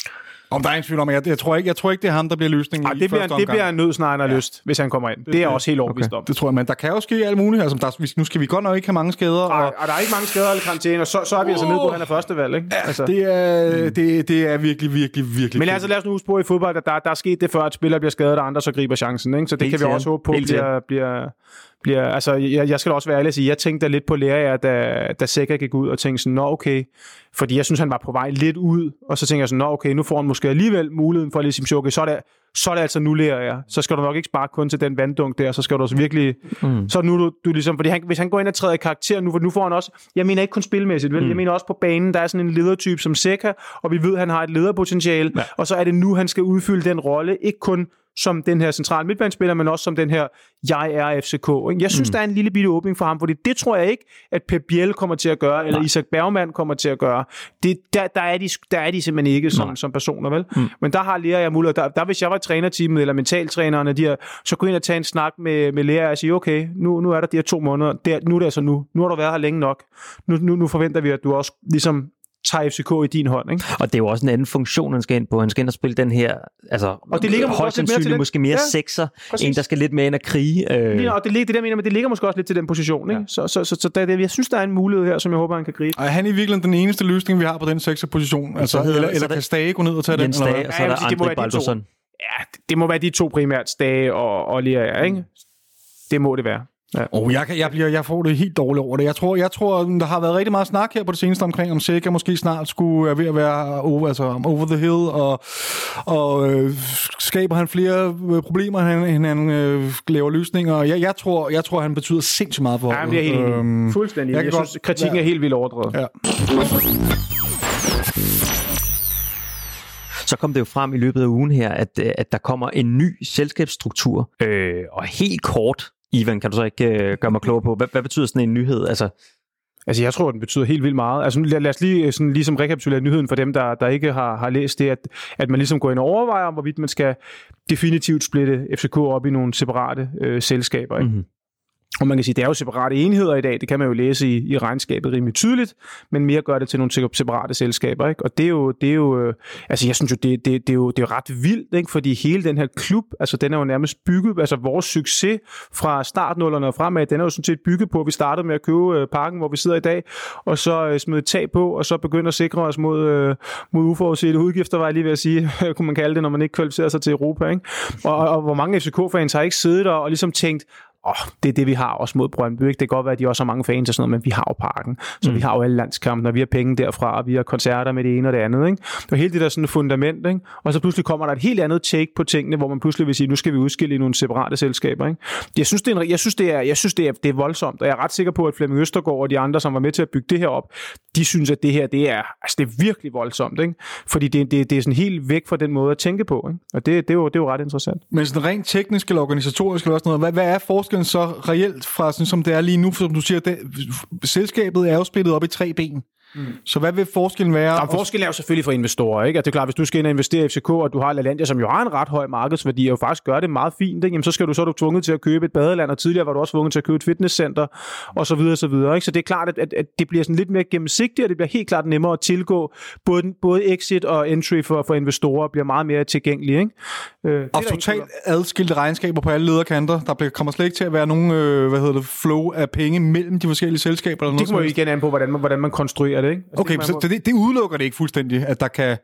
Om der er ingen tvivl om, jeg, jeg, tror ikke, jeg tror ikke, det er ham, der bliver løsningen Ej, i det bliver, første omgang. Det bliver en nødsnegner ja. lyst, hvis han kommer ind. Det, det er også helt overbevist okay. om. Det tror jeg, men der kan jo ske alt muligt. Altså, der, nu skal vi godt nok ikke have mange skader. Ej, og, og der er ikke mange skader eller karantæne, og så, så er vi oh. altså nede på, at han er første valg. Ikke? Ja, altså. det, er, mm. det, det er virkelig, virkelig, virkelig... Men altså, lad os nu huske på i fodbold, at der, der er sket det før, at spillere bliver skadet, og andre så griber chancen. Ikke? Så det helt kan vi også håbe på, bliver... bliver bliver, altså, jeg, jeg skal da også være ærlig at sige, jeg tænkte da lidt på Lerager, da, da Sækker gik ud og tænkte sådan, nå okay, fordi jeg synes, han var på vej lidt ud, og så tænker jeg sådan, nå okay, nu får han måske alligevel muligheden for at sige, okay, så er det, så er det altså nu Lerager, så skal du nok ikke spare kun til den vanddunk der, så skal du også virkelig, mm. så nu du, du ligesom, fordi han, hvis han går ind og træder i karakter nu, for nu får han også, jeg mener ikke kun spilmæssigt, vel? Mm. Jeg mener også på banen, der er sådan en ledertype som Sækker, og vi ved, at han har et lederpotentiale, ja. Og så er det nu, han skal udfylde den rolle, ikke kun som den her centrale midtbanespiller, men også som den her, jeg er F C K. Jeg synes, mm. der er en lille bitte åbning for ham, fordi det tror jeg ikke, at Pep Biel kommer til at gøre, eller Nej. Isak Bergman kommer til at gøre. Det, der, der, er de, der er de simpelthen ikke som, som personer, vel? Mm. Men der har Lerager mulighed. Der, der, hvis jeg var trænerteamet, eller mentaltrænerne, de her, så kunne jeg ind og tage en snak med, med Lerager og sige, okay, nu, nu er der de her to måneder, der, nu er det altså nu. Nu har du været her længe nok. Nu, nu, nu forventer vi, at du også ligesom tager F C K i din hånd, ikke? Og det er jo også en anden funktion, han skal ind på. Han skal ind og spille den her, altså, og det ligger højst sandsynligt måske mere ja, sekser, præcis. En, der skal lidt mere ind og krige. Øh. Lige, og det, det der mener, men det ligger måske også lidt til den position, ikke? Ja. Så, så, så, så der, det, jeg synes, der er en mulighed her, som jeg håber, han kan gribe. Og er han i virkeligheden den eneste løsning, vi har på den sekser-position? Altså, hedder, eller eller kan Stage gå ned og tage Jens den? Stage, og så er der André Baldursson. Ja, det, det må være de to primært, Stage og, og Lerager, ikke? Det må det være. Ja. Oh, jeg, jeg, bliver, jeg får det helt dårligt over det. Jeg tror, jeg tror, der har været rigtig meget snak her på det seneste omkring, om Sækker måske snart skulle er ved at være over, altså, over the hill, og, og øh, skaber han flere problemer, han, han øh, laver løsninger. Jeg, jeg, tror, jeg tror, han betyder sindssygt meget for holdet. Ja, det er helt enig. Øhm, Fuldstændig. Jeg, jeg synes, kritikken ja. er helt vildt overdrevet. Ja. Så kom det jo frem i løbet af ugen her, at, at der kommer en ny selskabsstruktur. Øh, og helt kort, Ivan, kan du så ikke øh, gøre mig klog på, hvad, hvad betyder sådan en nyhed? Altså, Altså, jeg tror, den betyder helt vildt meget. Altså, lad, lad os lige sådan, ligesom rekapitulere nyheden for dem, der, der ikke har, har læst det, at, at man ligesom går ind og overvejer, hvorvidt man skal definitivt splitte F C K op i nogle separate øh, selskaber, ikke? Mm-hmm. Og man kan sige, det er jo separate enheder i dag, det kan man jo læse i, i regnskabet rimelig tydeligt, men mere gør det til nogle separate selskaber, ikke? Og det er jo, det er jo øh, altså jeg synes jo, det, det, det, er jo, det er jo ret vildt, ikke? Fordi hele den her klub, altså den er jo nærmest bygget, altså vores succes fra startnullerne og fremad, den er jo sådan set bygget på, at vi startede med at købe øh, parken, hvor vi sidder i dag, og så øh, smide et tag på, og så begynde at sikre os mod, øh, mod uforudsete udgifter, var jeg lige ved at sige, kunne man kalde det, når man ikke kvalificerer sig til Europa, ikke? Og, og, og hvor mange F C K-fans har ikke siddet der og ligesom tænkt, åh, oh, det er det, vi har også mod Brøndby. Ikke? Det kan godt være, at de også har mange fans og sådan noget, men vi har jo parken. Så mm. vi har jo alle landskampen, og vi har penge derfra, og vi har koncerter med det ene og det andet. Ikke? Og hele det der sådan fundament, ikke? Og så pludselig kommer der et helt andet take på tingene, hvor man pludselig vil sige, nu skal vi udskille i nogle separate selskaber. Ikke? Jeg synes, det er, jeg synes, det er, jeg synes det, er, det er voldsomt, og jeg er ret sikker på, at Flemming Østergaard og de andre, som var med til at bygge det her op, de synes, at det her, det er, altså, det er virkelig voldsomt. Ikke? Fordi det, det, det er sådan helt væk fra den måde at tænke på. Ikke? Og det, det, er jo, det er jo ret interessant. Men sådan rent teknisk eller organisatorisk eller sådan noget, hvad, hvad er forskellen så reelt fra sådan som det er lige nu, som du siger, det, selskabet er jo splittet op i tre ben. Mm. Så hvad vil forskellen være? Der forskellen er jo selvfølgelig for investorer, ikke? At det er klart, hvis du skal ind og investere i F C K, og du har LaLandia, som jo har en ret høj markedsværdi, og faktisk gør det meget fint, ikke? Jamen, så skal du så er du tvunget til at købe et badeland, og tidligere var du også tvunget til at købe et fitnesscenter, og så videre, så videre, ikke? Så det er klart, at, at, at det bliver sådan lidt mere gennemsigtigt, og det bliver helt klart nemmere at tilgå. Både, både exit og entry for, for investorer bliver meget mere tilgængelige, ikke? Øh, og totalt adskilte regnskaber på alle lederkanter. Der bliver, kommer slet ikke til at være nogen, øh, hvad hedder det, flow af penge mellem de forskellige selskaber. Eller det kommer jo igen an på, hvordan man, hvordan man konstruerer det, ikke? Altså, okay, det, så det, det udelukker det ikke fuldstændig, at der kan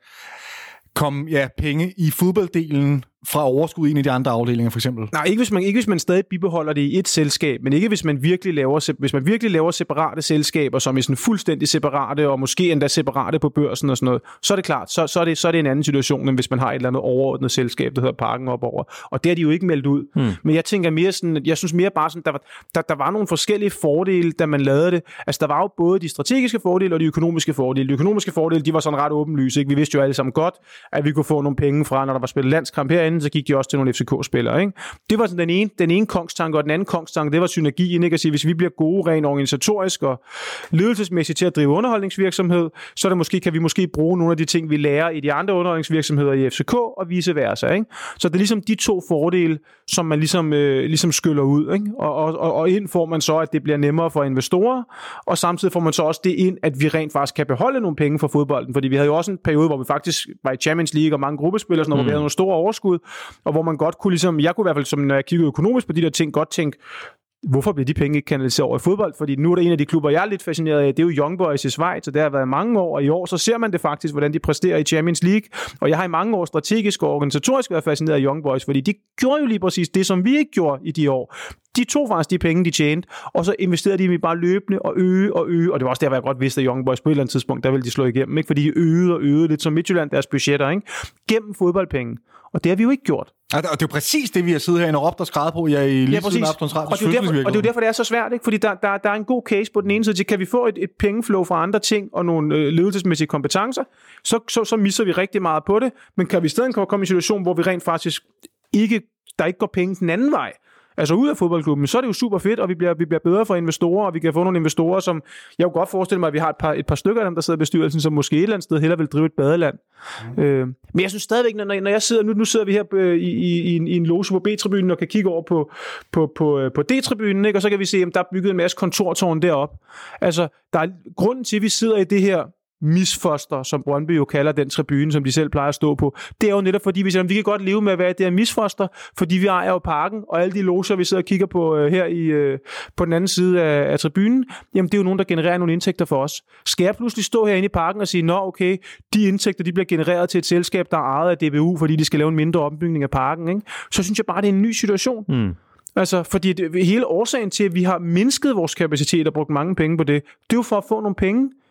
komme ja, penge i fodbolddelen fra overskud ind i de andre afdelinger, for eksempel? Nej, ikke hvis man, ikke hvis man stadig bibeholder det i et selskab, men ikke hvis man virkelig laver, hvis man virkelig laver separate selskaber, som er sådan fuldstændig separate, og måske endda separate på børsen og sådan noget, så er det klart, så, så, er, det, så er det en anden situation, end hvis man har et eller andet overordnet selskab, der hedder Parken op over. Og det har de jo ikke meldt ud. Hmm. Men jeg tænker mere sådan, jeg synes mere bare sådan, der var, der, der var nogle forskellige fordele, da man lavede det. Altså, der var jo både de strategiske fordele og de økonomiske fordele. De økonomiske fordele, de var sådan ret åbenlyse, ikke? Vi vidste jo alle sammen godt, at vi kunne få nogle penge fra, når der var spillet landskamp herinde, så gik de også til nogle F C K-spillere, ikke? Det var sådan den ene, den ene kongstanke, og den anden kongstanke, det var synergien, ikke? At sige, hvis vi bliver gode rent organisatorisk og ledelsesmæssigt til at drive underholdningsvirksomhed, så er det måske, kan vi måske bruge nogle af de ting, vi lærer i de andre underholdningsvirksomheder i F C K, og vice versa, ikke? Så det er ligesom de to fordele, som man ligesom, øh, ligesom skyller ud, ikke? Og, og, og ind får man så, at det bliver nemmere for investorer, og samtidig får man så også det ind, at vi rent faktisk kan beholde nogle penge fra fodbolden, fordi vi havde jo også en periode, hvor vi faktisk var i Champions League og mange gruppespillere, sådan, mm. hvor vi havde nogle store overskud, og hvor man godt kunne ligesom, jeg kunne i hvert fald, som når jeg kiggede økonomisk på de der ting, godt tænke, hvorfor bliver de penge ikke kanaliseret over i fodbold? Fordi nu er der en af de klubber, jeg er lidt fascineret af, det er jo Young Boys i Schweiz, og det har været mange år, og i år så ser man det faktisk, hvordan de præsterer i Champions League, og jeg har i mange år strategisk og organisatorisk været fascineret af Young Boys, fordi de gjorde jo lige præcis det, som vi ikke gjorde i de år. De tog faktisk de penge, de tjente, og så investerede de dem i bare løbende og øge og øge, og det var også der, hvor jeg godt vidste, at Young Boys på et eller andet tidspunkt, der ville de slå igennem, ikke? Fordi de øgede og øgede lidt som Midtjylland deres budgetter, ikke? Gennem fodboldpenge. Og det har vi jo ikke gjort. Ja, og det er jo præcis det, vi har siddet herinde og råbt og skrevet på, ja, i lige siden Aftons Radio. Og det, derfor, og det er jo derfor, det er så svært, ikke? Fordi der, der, der er en god case på den ene side. Kan vi få et, et pengeflow fra andre ting og nogle øh, ledelsesmæssige kompetencer, så, så, så misser vi rigtig meget på det. Men kan vi i stedet komme i en situation, hvor vi rent faktisk ikke, der ikke går penge den anden vej, altså ud af fodboldklubben, så er det jo super fedt, og vi bliver, vi bliver bedre for investorer, og vi kan få nogle investorer, som, jeg kunne godt forestille mig, at vi har et par, et par stykker af dem, der sidder i bestyrelsen, som måske et eller andet sted hellere vil drive et badeland. Mm. Øh, men jeg synes stadigvæk, når, når jeg sidder, nu, nu sidder vi her i, i, i, en, i en loge på B-tribunen, og kan kigge over på, på, på, på D-tribunen, ikke? Og så kan vi se, at der er bygget en masse kontortårn deroppe. Altså, der er grunden til, at vi sidder i det her misfoster, som Brøndby jo kalder den tribune, som de selv plejer at stå på. Det er jo netop fordi, vi siger, at vi kan godt leve med at være det her misfoster, fordi vi ejer jo parken, og alle de loger, vi sidder og kigger på uh, her i, uh, på den anden side af, af tribunen, jamen det er jo nogen, der genererer nogle indtægter for os. Skal jeg pludselig stå herinde i parken og sige, nå okay, de indtægter, de bliver genereret til et selskab, der er ejet af D B U, fordi de skal lave en mindre ombygning af parken, ikke? Så synes jeg bare, det er en ny situation. Mm. Altså, fordi det, hele årsagen til, at vi har mindsket vores kapacitet og brugt mange penge på det, det er jo for at få nogle penge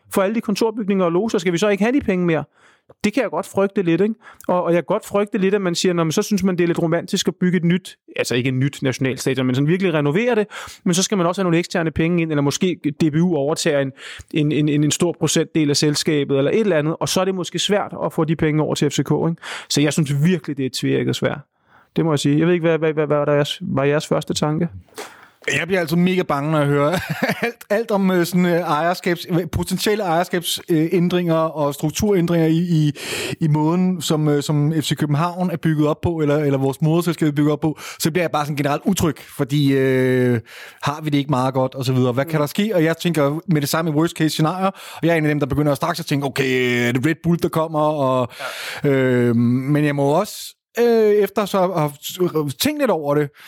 for alle de kontorbygninger og loger, skal vi så ikke have de penge mere? Det kan jeg godt frygte lidt, ikke? Og, og jeg kan godt frygte lidt, at man siger, når man så synes man, det er lidt romantisk at bygge et nyt, altså ikke et nyt nationalstadion, men sådan virkelig renovere det, men så skal man også have nogle eksterne penge ind, eller måske D B U overtager en, en, en, en stor procentdel af selskabet, eller et eller andet, og så er det måske svært at få de penge over til F C K, ikke? Så jeg synes virkelig, det er et tvækket svært. Det må jeg sige. Jeg ved ikke, hvad, hvad, hvad, hvad der er, var jeres første tanke? Jeg bliver altså mega bange, når jeg hører alt, alt om uh, sådan, uh, ejerskabs, potentielle ejerskabsændringer uh, og strukturændringer i, i, i måden, som, uh, som F C København er bygget op på, eller, eller vores moderselskab er bygget op på, så bliver jeg bare sådan generelt utryg, fordi uh, har vi det ikke meget godt, og så videre. Hvad kan der ske? Og jeg tænker med det samme worst case scenario, og jeg er en af dem, der begynder straks at tænke, okay, er det Red Bull, der kommer? Og, ja. uh, men jeg må også, uh, efter så at have tænkt lidt over det,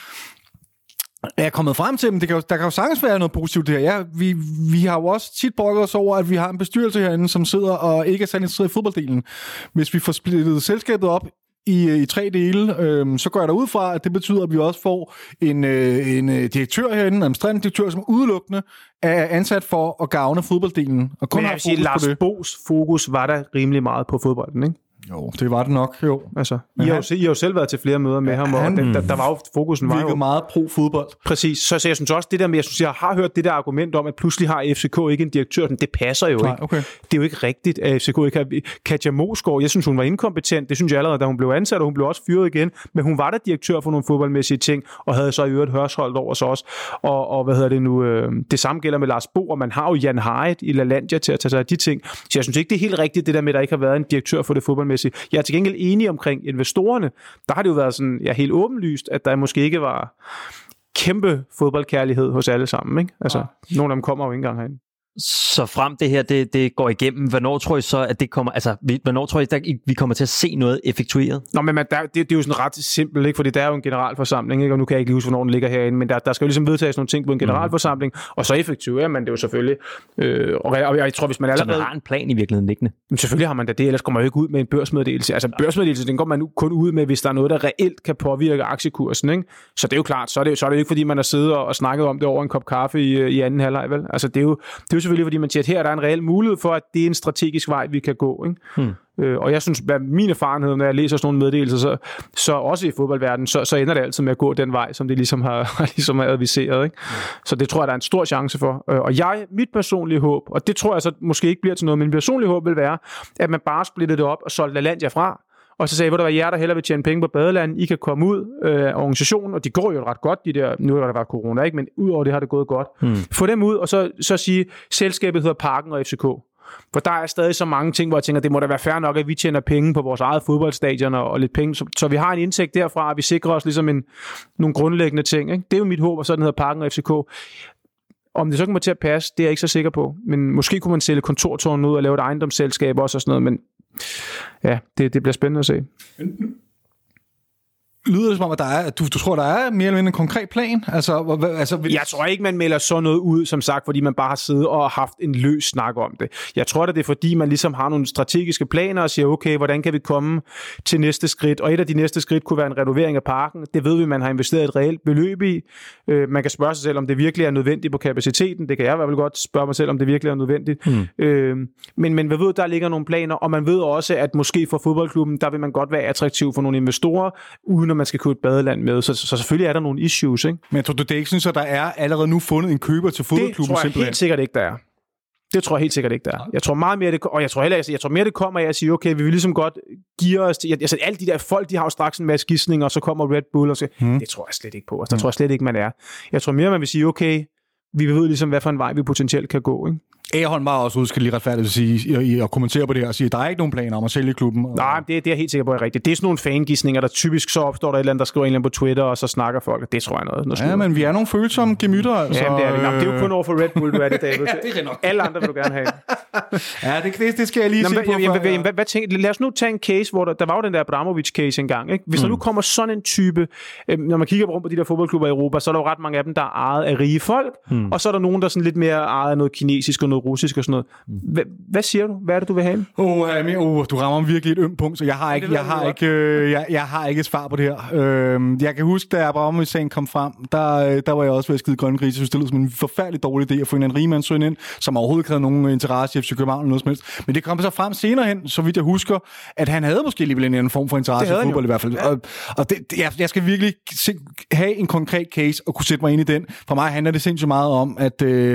jeg er kommet frem til, men det kan jo, der kan jo sagtens være noget positivt her. Ja, vi, vi har jo også tit brokket os over, at vi har en bestyrelse herinde, som sidder og ikke er særlig interesseret i fodbolddelen. Hvis vi får splittet selskabet op i, i tre dele, øhm, så går jeg derud fra, at det betyder, at vi også får en, øh, en direktør herinde, en administrerende direktør, som udelukkende er ansat for at gavne fodbolddelen. Og kun men jeg vil sige, Lars Bo's fokus var der rimelig meget på fodbolden, ikke? Jo, det var det nok, jo. Altså, I, har jo, I har jo selv været til flere møder med ja, ham, og han, der, der var jo, fokusen var jo meget pro-fodbold. Præcis, så, så jeg synes også, det der med, jeg synes, jeg har hørt det der argument om, at pludselig har F C K ikke en direktør, det passer jo Nej, ikke. Okay. Det er jo ikke rigtigt, at F C K ikke har... Katja Mosgaard, jeg synes, hun var inkompetent, det synes jeg allerede, da hun blev ansat, og hun blev også fyret igen, men hun var der direktør for nogle fodboldmæssige ting, og havde så i øvrigt Hørsholdt over sig også, og, og hvad hedder det nu, øh, det samme gælder med Lars Bo, og man har jo Jan Harit i LaLandia til at tage sig af de ting, så jeg synes ikke, det er helt rigtigt, det der med, at der ikke har været en direktør for det fodboldmæssige. Jeg er til gengæld enige omkring investorerne. Der har det jo været sådan, ja, helt åbenlyst, at der måske ikke var kæmpe fodboldkærlighed hos alle sammen, ikke? Altså, ja. Nogle af dem kommer jo ikke engang herinde. Så frem det her, det, det går igennem, hvornår tror I så, at det kommer, altså, hvornår tror I, at vi kommer til at se noget effektueret? Nå, men man, der, det, det er jo sådan ret simpelt, ikke? Fordi der er jo en generalforsamling, ikke? Og nu kan jeg ikke lige huske, hvornår den ligger herinde, men der, der skal jo ligesom vedtages nogle ting på en generalforsamling, mm. og så effektuerer man det jo selvfølgelig. Øh, og, og jeg tror, hvis man allerede... Så man har en plan i virkeligheden liggende? Men selvfølgelig har man da det, ellers kommer man jo ikke ud med en børsmeddelelse. Altså børsmeddelelse, den går man kun ud med, hvis der er noget, der reelt kan påvirke aktiekursen, ikke? Så det er jo klart, så er det, så er det jo ikke, fordi man har siddet og snakket om det over en kop kaffe i, i anden halvleg, vel? Altså det er jo, det er jo selvfølgelig, fordi man siger, at her der er en reel mulighed for, at det er en strategisk vej, vi kan gå, ikke? Hmm. Øh, og jeg synes, at min erfarenhed, når jeg læser sådan nogle meddelelser, så, så også i fodboldverdenen, så, så ender det altid med at gå den vej, som det ligesom har, ligesom har adviseret, ikke? Hmm. Så det tror jeg, der er en stor chance for. Og jeg, mit personlige håb, og det tror jeg så måske ikke bliver til noget, men mit personlige håb vil være, at man bare splittede det op og solgte LaLandia fra, og så sagde, hvor der var jer, der hellere vil tjene penge på badelandet, I kan komme ud øh, af organisationen, og de går jo ret godt, de der, nu har der været corona, ikke? Men udover det har det gået godt. Hmm. Få dem ud, og så, så sige, selskabet hedder Parken og F C K. For der er stadig så mange ting, hvor jeg tænker, det må da være fair nok, at vi tjener penge på vores eget fodboldstadion og, og lidt penge, så, så vi har en indtægt derfra, og vi sikrer os ligesom en, nogle grundlæggende ting, ikke? Det er jo mit håb, og så den hedder Parken og F C K. Om det så kommer til at passe, det er jeg ikke så sikker på. Men måske kunne man sælge kontortårn ud og lave et ejendomsselskab også og sådan noget, men ja, det, det bliver spændende at se. Lyder det som om, at der er, du, du tror, der er mere eller mindre en konkret plan? Altså, altså, vil... Jeg tror ikke, man melder sådan noget ud, som sagt, fordi man bare har siddet og haft en løs snak om det. Jeg tror, at det er fordi, man ligesom har nogle strategiske planer og siger, okay, hvordan kan vi komme til næste skridt? Og et af de næste skridt kunne være en renovering af parken. Det ved vi, man har investeret et reelt beløb i. Øh, man kan spørge sig selv, om det virkelig er nødvendigt på kapaciteten. Det kan jeg i hvert fald godt spørge mig selv, om det virkelig er nødvendigt. Hmm. Øh, men, men man ved, der ligger nogle planer, og man ved også, at måske for fodboldklubben, der vil man godt være attraktiv for nogle investorer, uden at man skal købe et badeland med. Så, så selvfølgelig er der nogle issues, ikke? Men tror du, det ikke synes, at der er allerede nu fundet en køber til fodboldklubben? Det tror jeg simpelthen? helt sikkert ikke, der er. Det tror jeg helt sikkert ikke, der er. Jeg tror meget mere, det, og jeg tror heller, jeg tror mere, det kommer af at sige, okay, vi vil ligesom godt give os til, altså alle de der folk, de har jo straks en masse gidsninger, og så kommer Red Bull og så, hmm. det tror jeg slet ikke på. Altså, der hmm. tror jeg slet ikke, man er. Jeg tror mere, man vil sige, okay, vi ved ligesom, hvad for en vej vi potentielt kan gå, ikke? Agerholm var også ude, skal lige retfærdigt at sige, og kommentere på det her og sige, at der er ikke nogen planer om at sælge klubben. Og... Nej, det, det er jeg helt sikker på, er rigtigt. Det er sådan nogle fangisninger, der typisk så opstår der et eller andet, der skriver en eller anden på Twitter, og så snakker folk, og det tror jeg noget. noget ja, men vi er nogle følsomme gemytter, altså. Ja, det er det. Jamen, det er jo kun over for Red Bull, du er det, David. Ja, det er nok. Alle andre vil du gerne have. Ja, det, det, det skal jeg lige sige på. Jamen, hvad, hvad, hvad tænker, lad os nu tage en case, hvor der, der var jo den der Abramovich-case engang, ikke? Hvis mm. der nu kommer sådan en type, øh, når man kigger rundt på de der fodboldklubber i Europa, så er der jo ret mange af dem, der er ejet af rige folk, mm. og så er der nogen, der er sådan lidt mere ejet af noget kinesisk og noget noget russisk og sådan noget. Hvad, hvad siger du? Hvad er det, du vil have? Oh, uh, du rammer virkelig et ømt punkt, så jeg har ikke, jeg har ikke, øh, jeg, jeg har ikke et svar på det her. Øh, jeg kan huske, da Abramovich-sagen kom frem, der, der var jeg også ved at skide grønne grise. Jeg synes, det lød som en forfærdelig dårlig idé at få en rigmandssøn ind, som overhovedet ikke havde nogen interesse i F C København eller noget som helst. Men det kom så frem senere hen, så vidt jeg husker, at han havde måske alligevel en anden form for interesse i fodbold i hvert fald. Ja. Og, og det, jeg, jeg skal virkelig se, have en konkret case og kunne sætte mig ind i den. For mig handler det sindssygt meget om, at øh,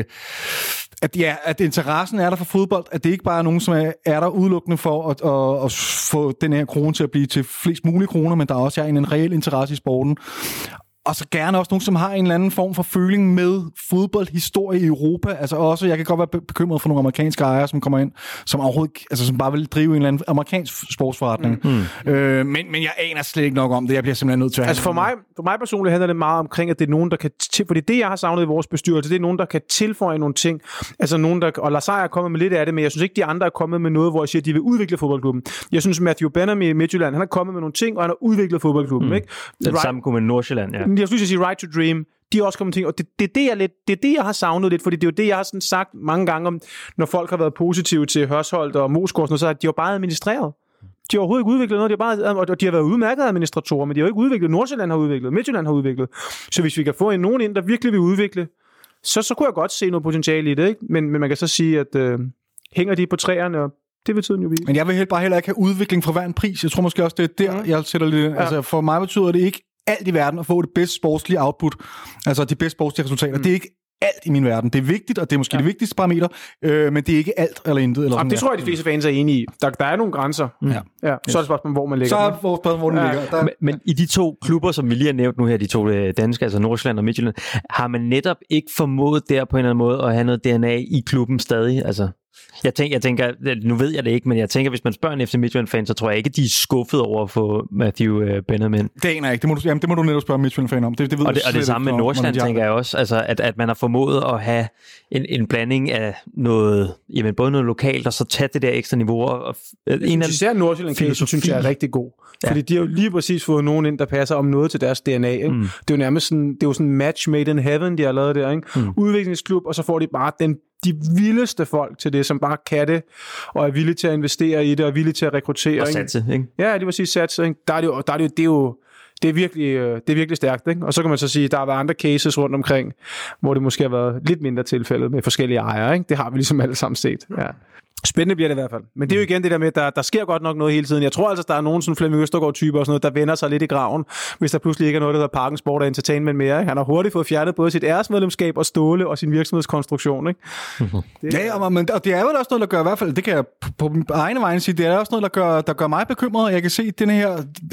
At, ja, at interessen er der for fodbold, at det ikke bare er nogen, som er, er der udelukkende for at, at, at få den her krone til at blive til flest mulige kroner, men der også er en, en reel interesse i sporten. Og så gerne også nogen, som har en eller anden form for føling med fodboldhistorie i Europa. Altså også, jeg kan godt være bekymret for nogle amerikanske ejere, som kommer ind, som overhovedet, altså som bare vil drive en eller anden amerikansk sportsforretning. Mm. Øh, men, men jeg aner slet ikke nok om det. Jeg bliver simpelthen nødt til at... Altså for mig, for mig personligt handler det meget omkring, at det er nogen, der kan... Til, fordi det, jeg har savnet i vores bestyrelse, det er nogen, der kan tilføje nogle ting. Altså nogen, der... Og Lars Seier er kommet med lidt af det, men jeg synes ikke, de andre er kommet med noget, hvor jeg siger, at de vil udvikle fodboldklubben. Jeg synes, Matthew Benham i Midtjylland, han er kommet med nogle ting, og han har udviklet fodboldklubben. Mm. Ikke? Den right. samme kunne med Nordsjælland, ja. Jeg synes, jeg siger Right to Dream. De er også kommet til, og det, det, er det, jeg lidt, det er det, jeg har savnet lidt, fordi det er jo det, jeg har sådan sagt mange gange om, når folk har været positive til Hørsholdt og Mosgaard, så har de jo bare administreret. De har overhovedet ikke udviklet noget, de har, bare, og de har været udmærkede administratorer, men de har jo ikke udviklet. Nordsjælland har udviklet, Midtjylland har udviklet. Så hvis vi kan få en nogen ind, der virkelig vil udvikle, så, så kunne jeg godt se noget potentiale i det, ikke? Men, men man kan så sige, at øh, hænger de på træerne, og det vil tiden jo vise. Men jeg vil helt bare heller ikke have udvikling for hver en pris. Jeg tror måske også, det er der, mm. jeg sætter lidt... Ja. Altså for mig betyder det ikke alt i verden at få det bedste sportslige output, altså de bedste sportslige resultater. Mm. Det er ikke alt i min verden. Det er vigtigt, og det er måske ja. det vigtigste parameter, øh, men det er ikke alt eller intet. Eller Jamen, det tror jeg, de fleste fans er enige i. Der, der er nogle grænser. Mm. Ja. Ja. Så er det spørgsmål, hvor man ligger. Så er det spørgsmål, hvor den ja. ligger. Der... Men, men i de to klubber, som vi lige har nævnt nu her, de to danske, altså Nordsjælland og Midtjylland, har man netop ikke formået der på en eller anden måde at have noget D N A i klubben stadig? Altså... Jeg tænker, jeg tænker, nu ved jeg det ikke, men jeg tænker, hvis man spørger en F C Midtjylland-fan, så tror jeg ikke, de er skuffet over at få Matthew uh, Benham ind. Det aner jeg ikke. Det må du, jamen, det må du netop spørge Midtjylland-fan om. Det, det ved og, det, og det samme med Nordsjælland, tænker jeg også. Altså, at, at man har formået at have en, en blanding af noget, jamen, både noget lokalt, og så tage det der ekstra niveau. Og, jeg en synes, især Nordsjælland-casen, synes jeg er rigtig god. Ja. Fordi de har jo lige præcis fået nogen ind, der passer om noget til deres D N A. Ikke? Mm. Det er jo nærmest sådan, det er jo sådan en match made in heaven, de har lavet der. Ikke? Mm. Udviklingsklub, og så får de bare den de vildeste folk til det, som bare kan det, og er villige til at investere i det, og er villige til at rekruttere. Og satse, ikke? Ja, det var sige satse. Ikke? Der er det jo, der er det jo, det er jo, det er virkelig, det er virkelig stærkt, ikke? Og så kan man så sige, at der har været andre cases rundt omkring, hvor det måske har været lidt mindre tilfældet med forskellige ejere, ikke? Det har vi ligesom alle sammen set. Ja. Spændende bliver det i hvert fald. Men det er jo igen det der med, at der, der sker godt nok noget hele tiden. Jeg tror altså, der er nogen sådan Flemming Østergaard-typer og sådan noget, der vender sig lidt i graven, hvis der pludselig ikke er noget, der hedder Parken Sport og Entertainment mere. Ikke? Han har hurtigt fået fjernet både sit æresmedlemskab og Ståle og sin virksomhedskonstruktion. Ikke? Mm-hmm. Det, ja, og, men, og det er jo også noget, der gør i hvert fald, det kan jeg på min egne vegne sige, det er også noget, der gør, der gør mig bekymret. Jeg kan se den her,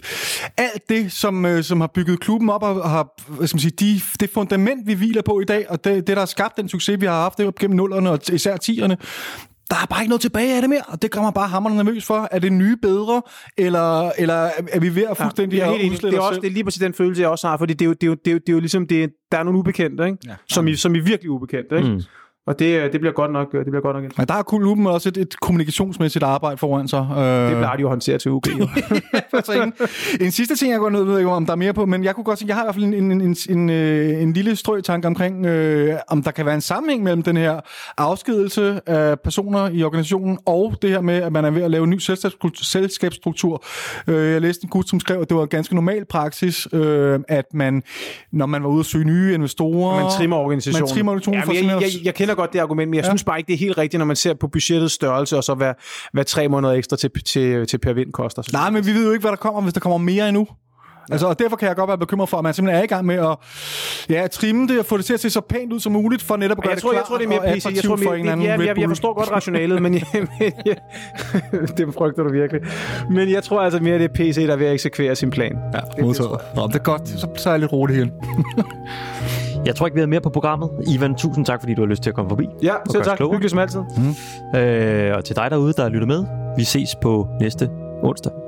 alt det, som, som har bygget klubben op og har, hvad skal man sige, de, det fundament, vi hviler på i dag, og det, det der har skabt den succes, vi har haft det gennem nullerne og især tierne, der er bare ikke noget tilbage af det mere, og det gør mig bare hammerende nervøs for. Er det nye bedre, eller, eller er vi ved at fuldstændig ja, det, er det, er også, det er lige præcis den følelse, jeg også har, fordi det er jo, det er jo, det er jo, det er jo ligesom, det er, der er nogle ubekendte, ikke? Ja. Som, I, som I virkelig ubekendte, ikke? Mm. Og det, det bliver godt nok, det bliver godt nok. Men der har klubben også et, et kommunikationsmæssigt arbejde foran sig. Det plejer de jo at håndtere til U G. en, en sidste ting, jeg går ned ved, om der er mere på, men jeg kunne godt sige, jeg har i hvert fald en, en, en, en, en lille strøtanke omkring, øh, om der kan være en sammenhæng mellem den her afskedelse af personer i organisationen, og det her med, at man er ved at lave en ny selskabsstruktur. Jeg læste en gut, som skrev, at det var ganske normal praksis, øh, at man, når man var ude at søge nye investorer... Man trimmer organisationen. Man trimmer organisationen. Ja, jeg, jeg, jeg, jeg kender godt det argument, men jeg ja. synes bare ikke, det er helt rigtigt, når man ser på budgettets størrelse, og så hvad, hvad tre måneder ekstra til, til, til per vind koster. Nej, men vi ved jo ikke, hvad der kommer, hvis der kommer mere endnu. Ja. Altså, og derfor kan jeg godt være bekymret for, at man simpelthen er i gang med at ja, trimme det og få det til at se så pænt ud som muligt, for netop at gøre jeg det tror, klar jeg tror, det er mere P C. Jeg tror, mere, det, ja, jeg, jeg forstår godt rationalet, men, jeg, men jeg, det frygter du virkelig. Men jeg tror altså mere, det er P C, der er ved at eksekvere sin plan. Ja, modtaget. Det, det er godt, så, så er jeg lidt roligt igen. Jeg tror ikke, vi har mere på programmet. Ivan, tusind tak, fordi du har lyst til at komme forbi. Ja, selv tak. Hyggeligt som altid. Mm. Øh, og til dig derude, der har lyttet med, vi ses på næste onsdag.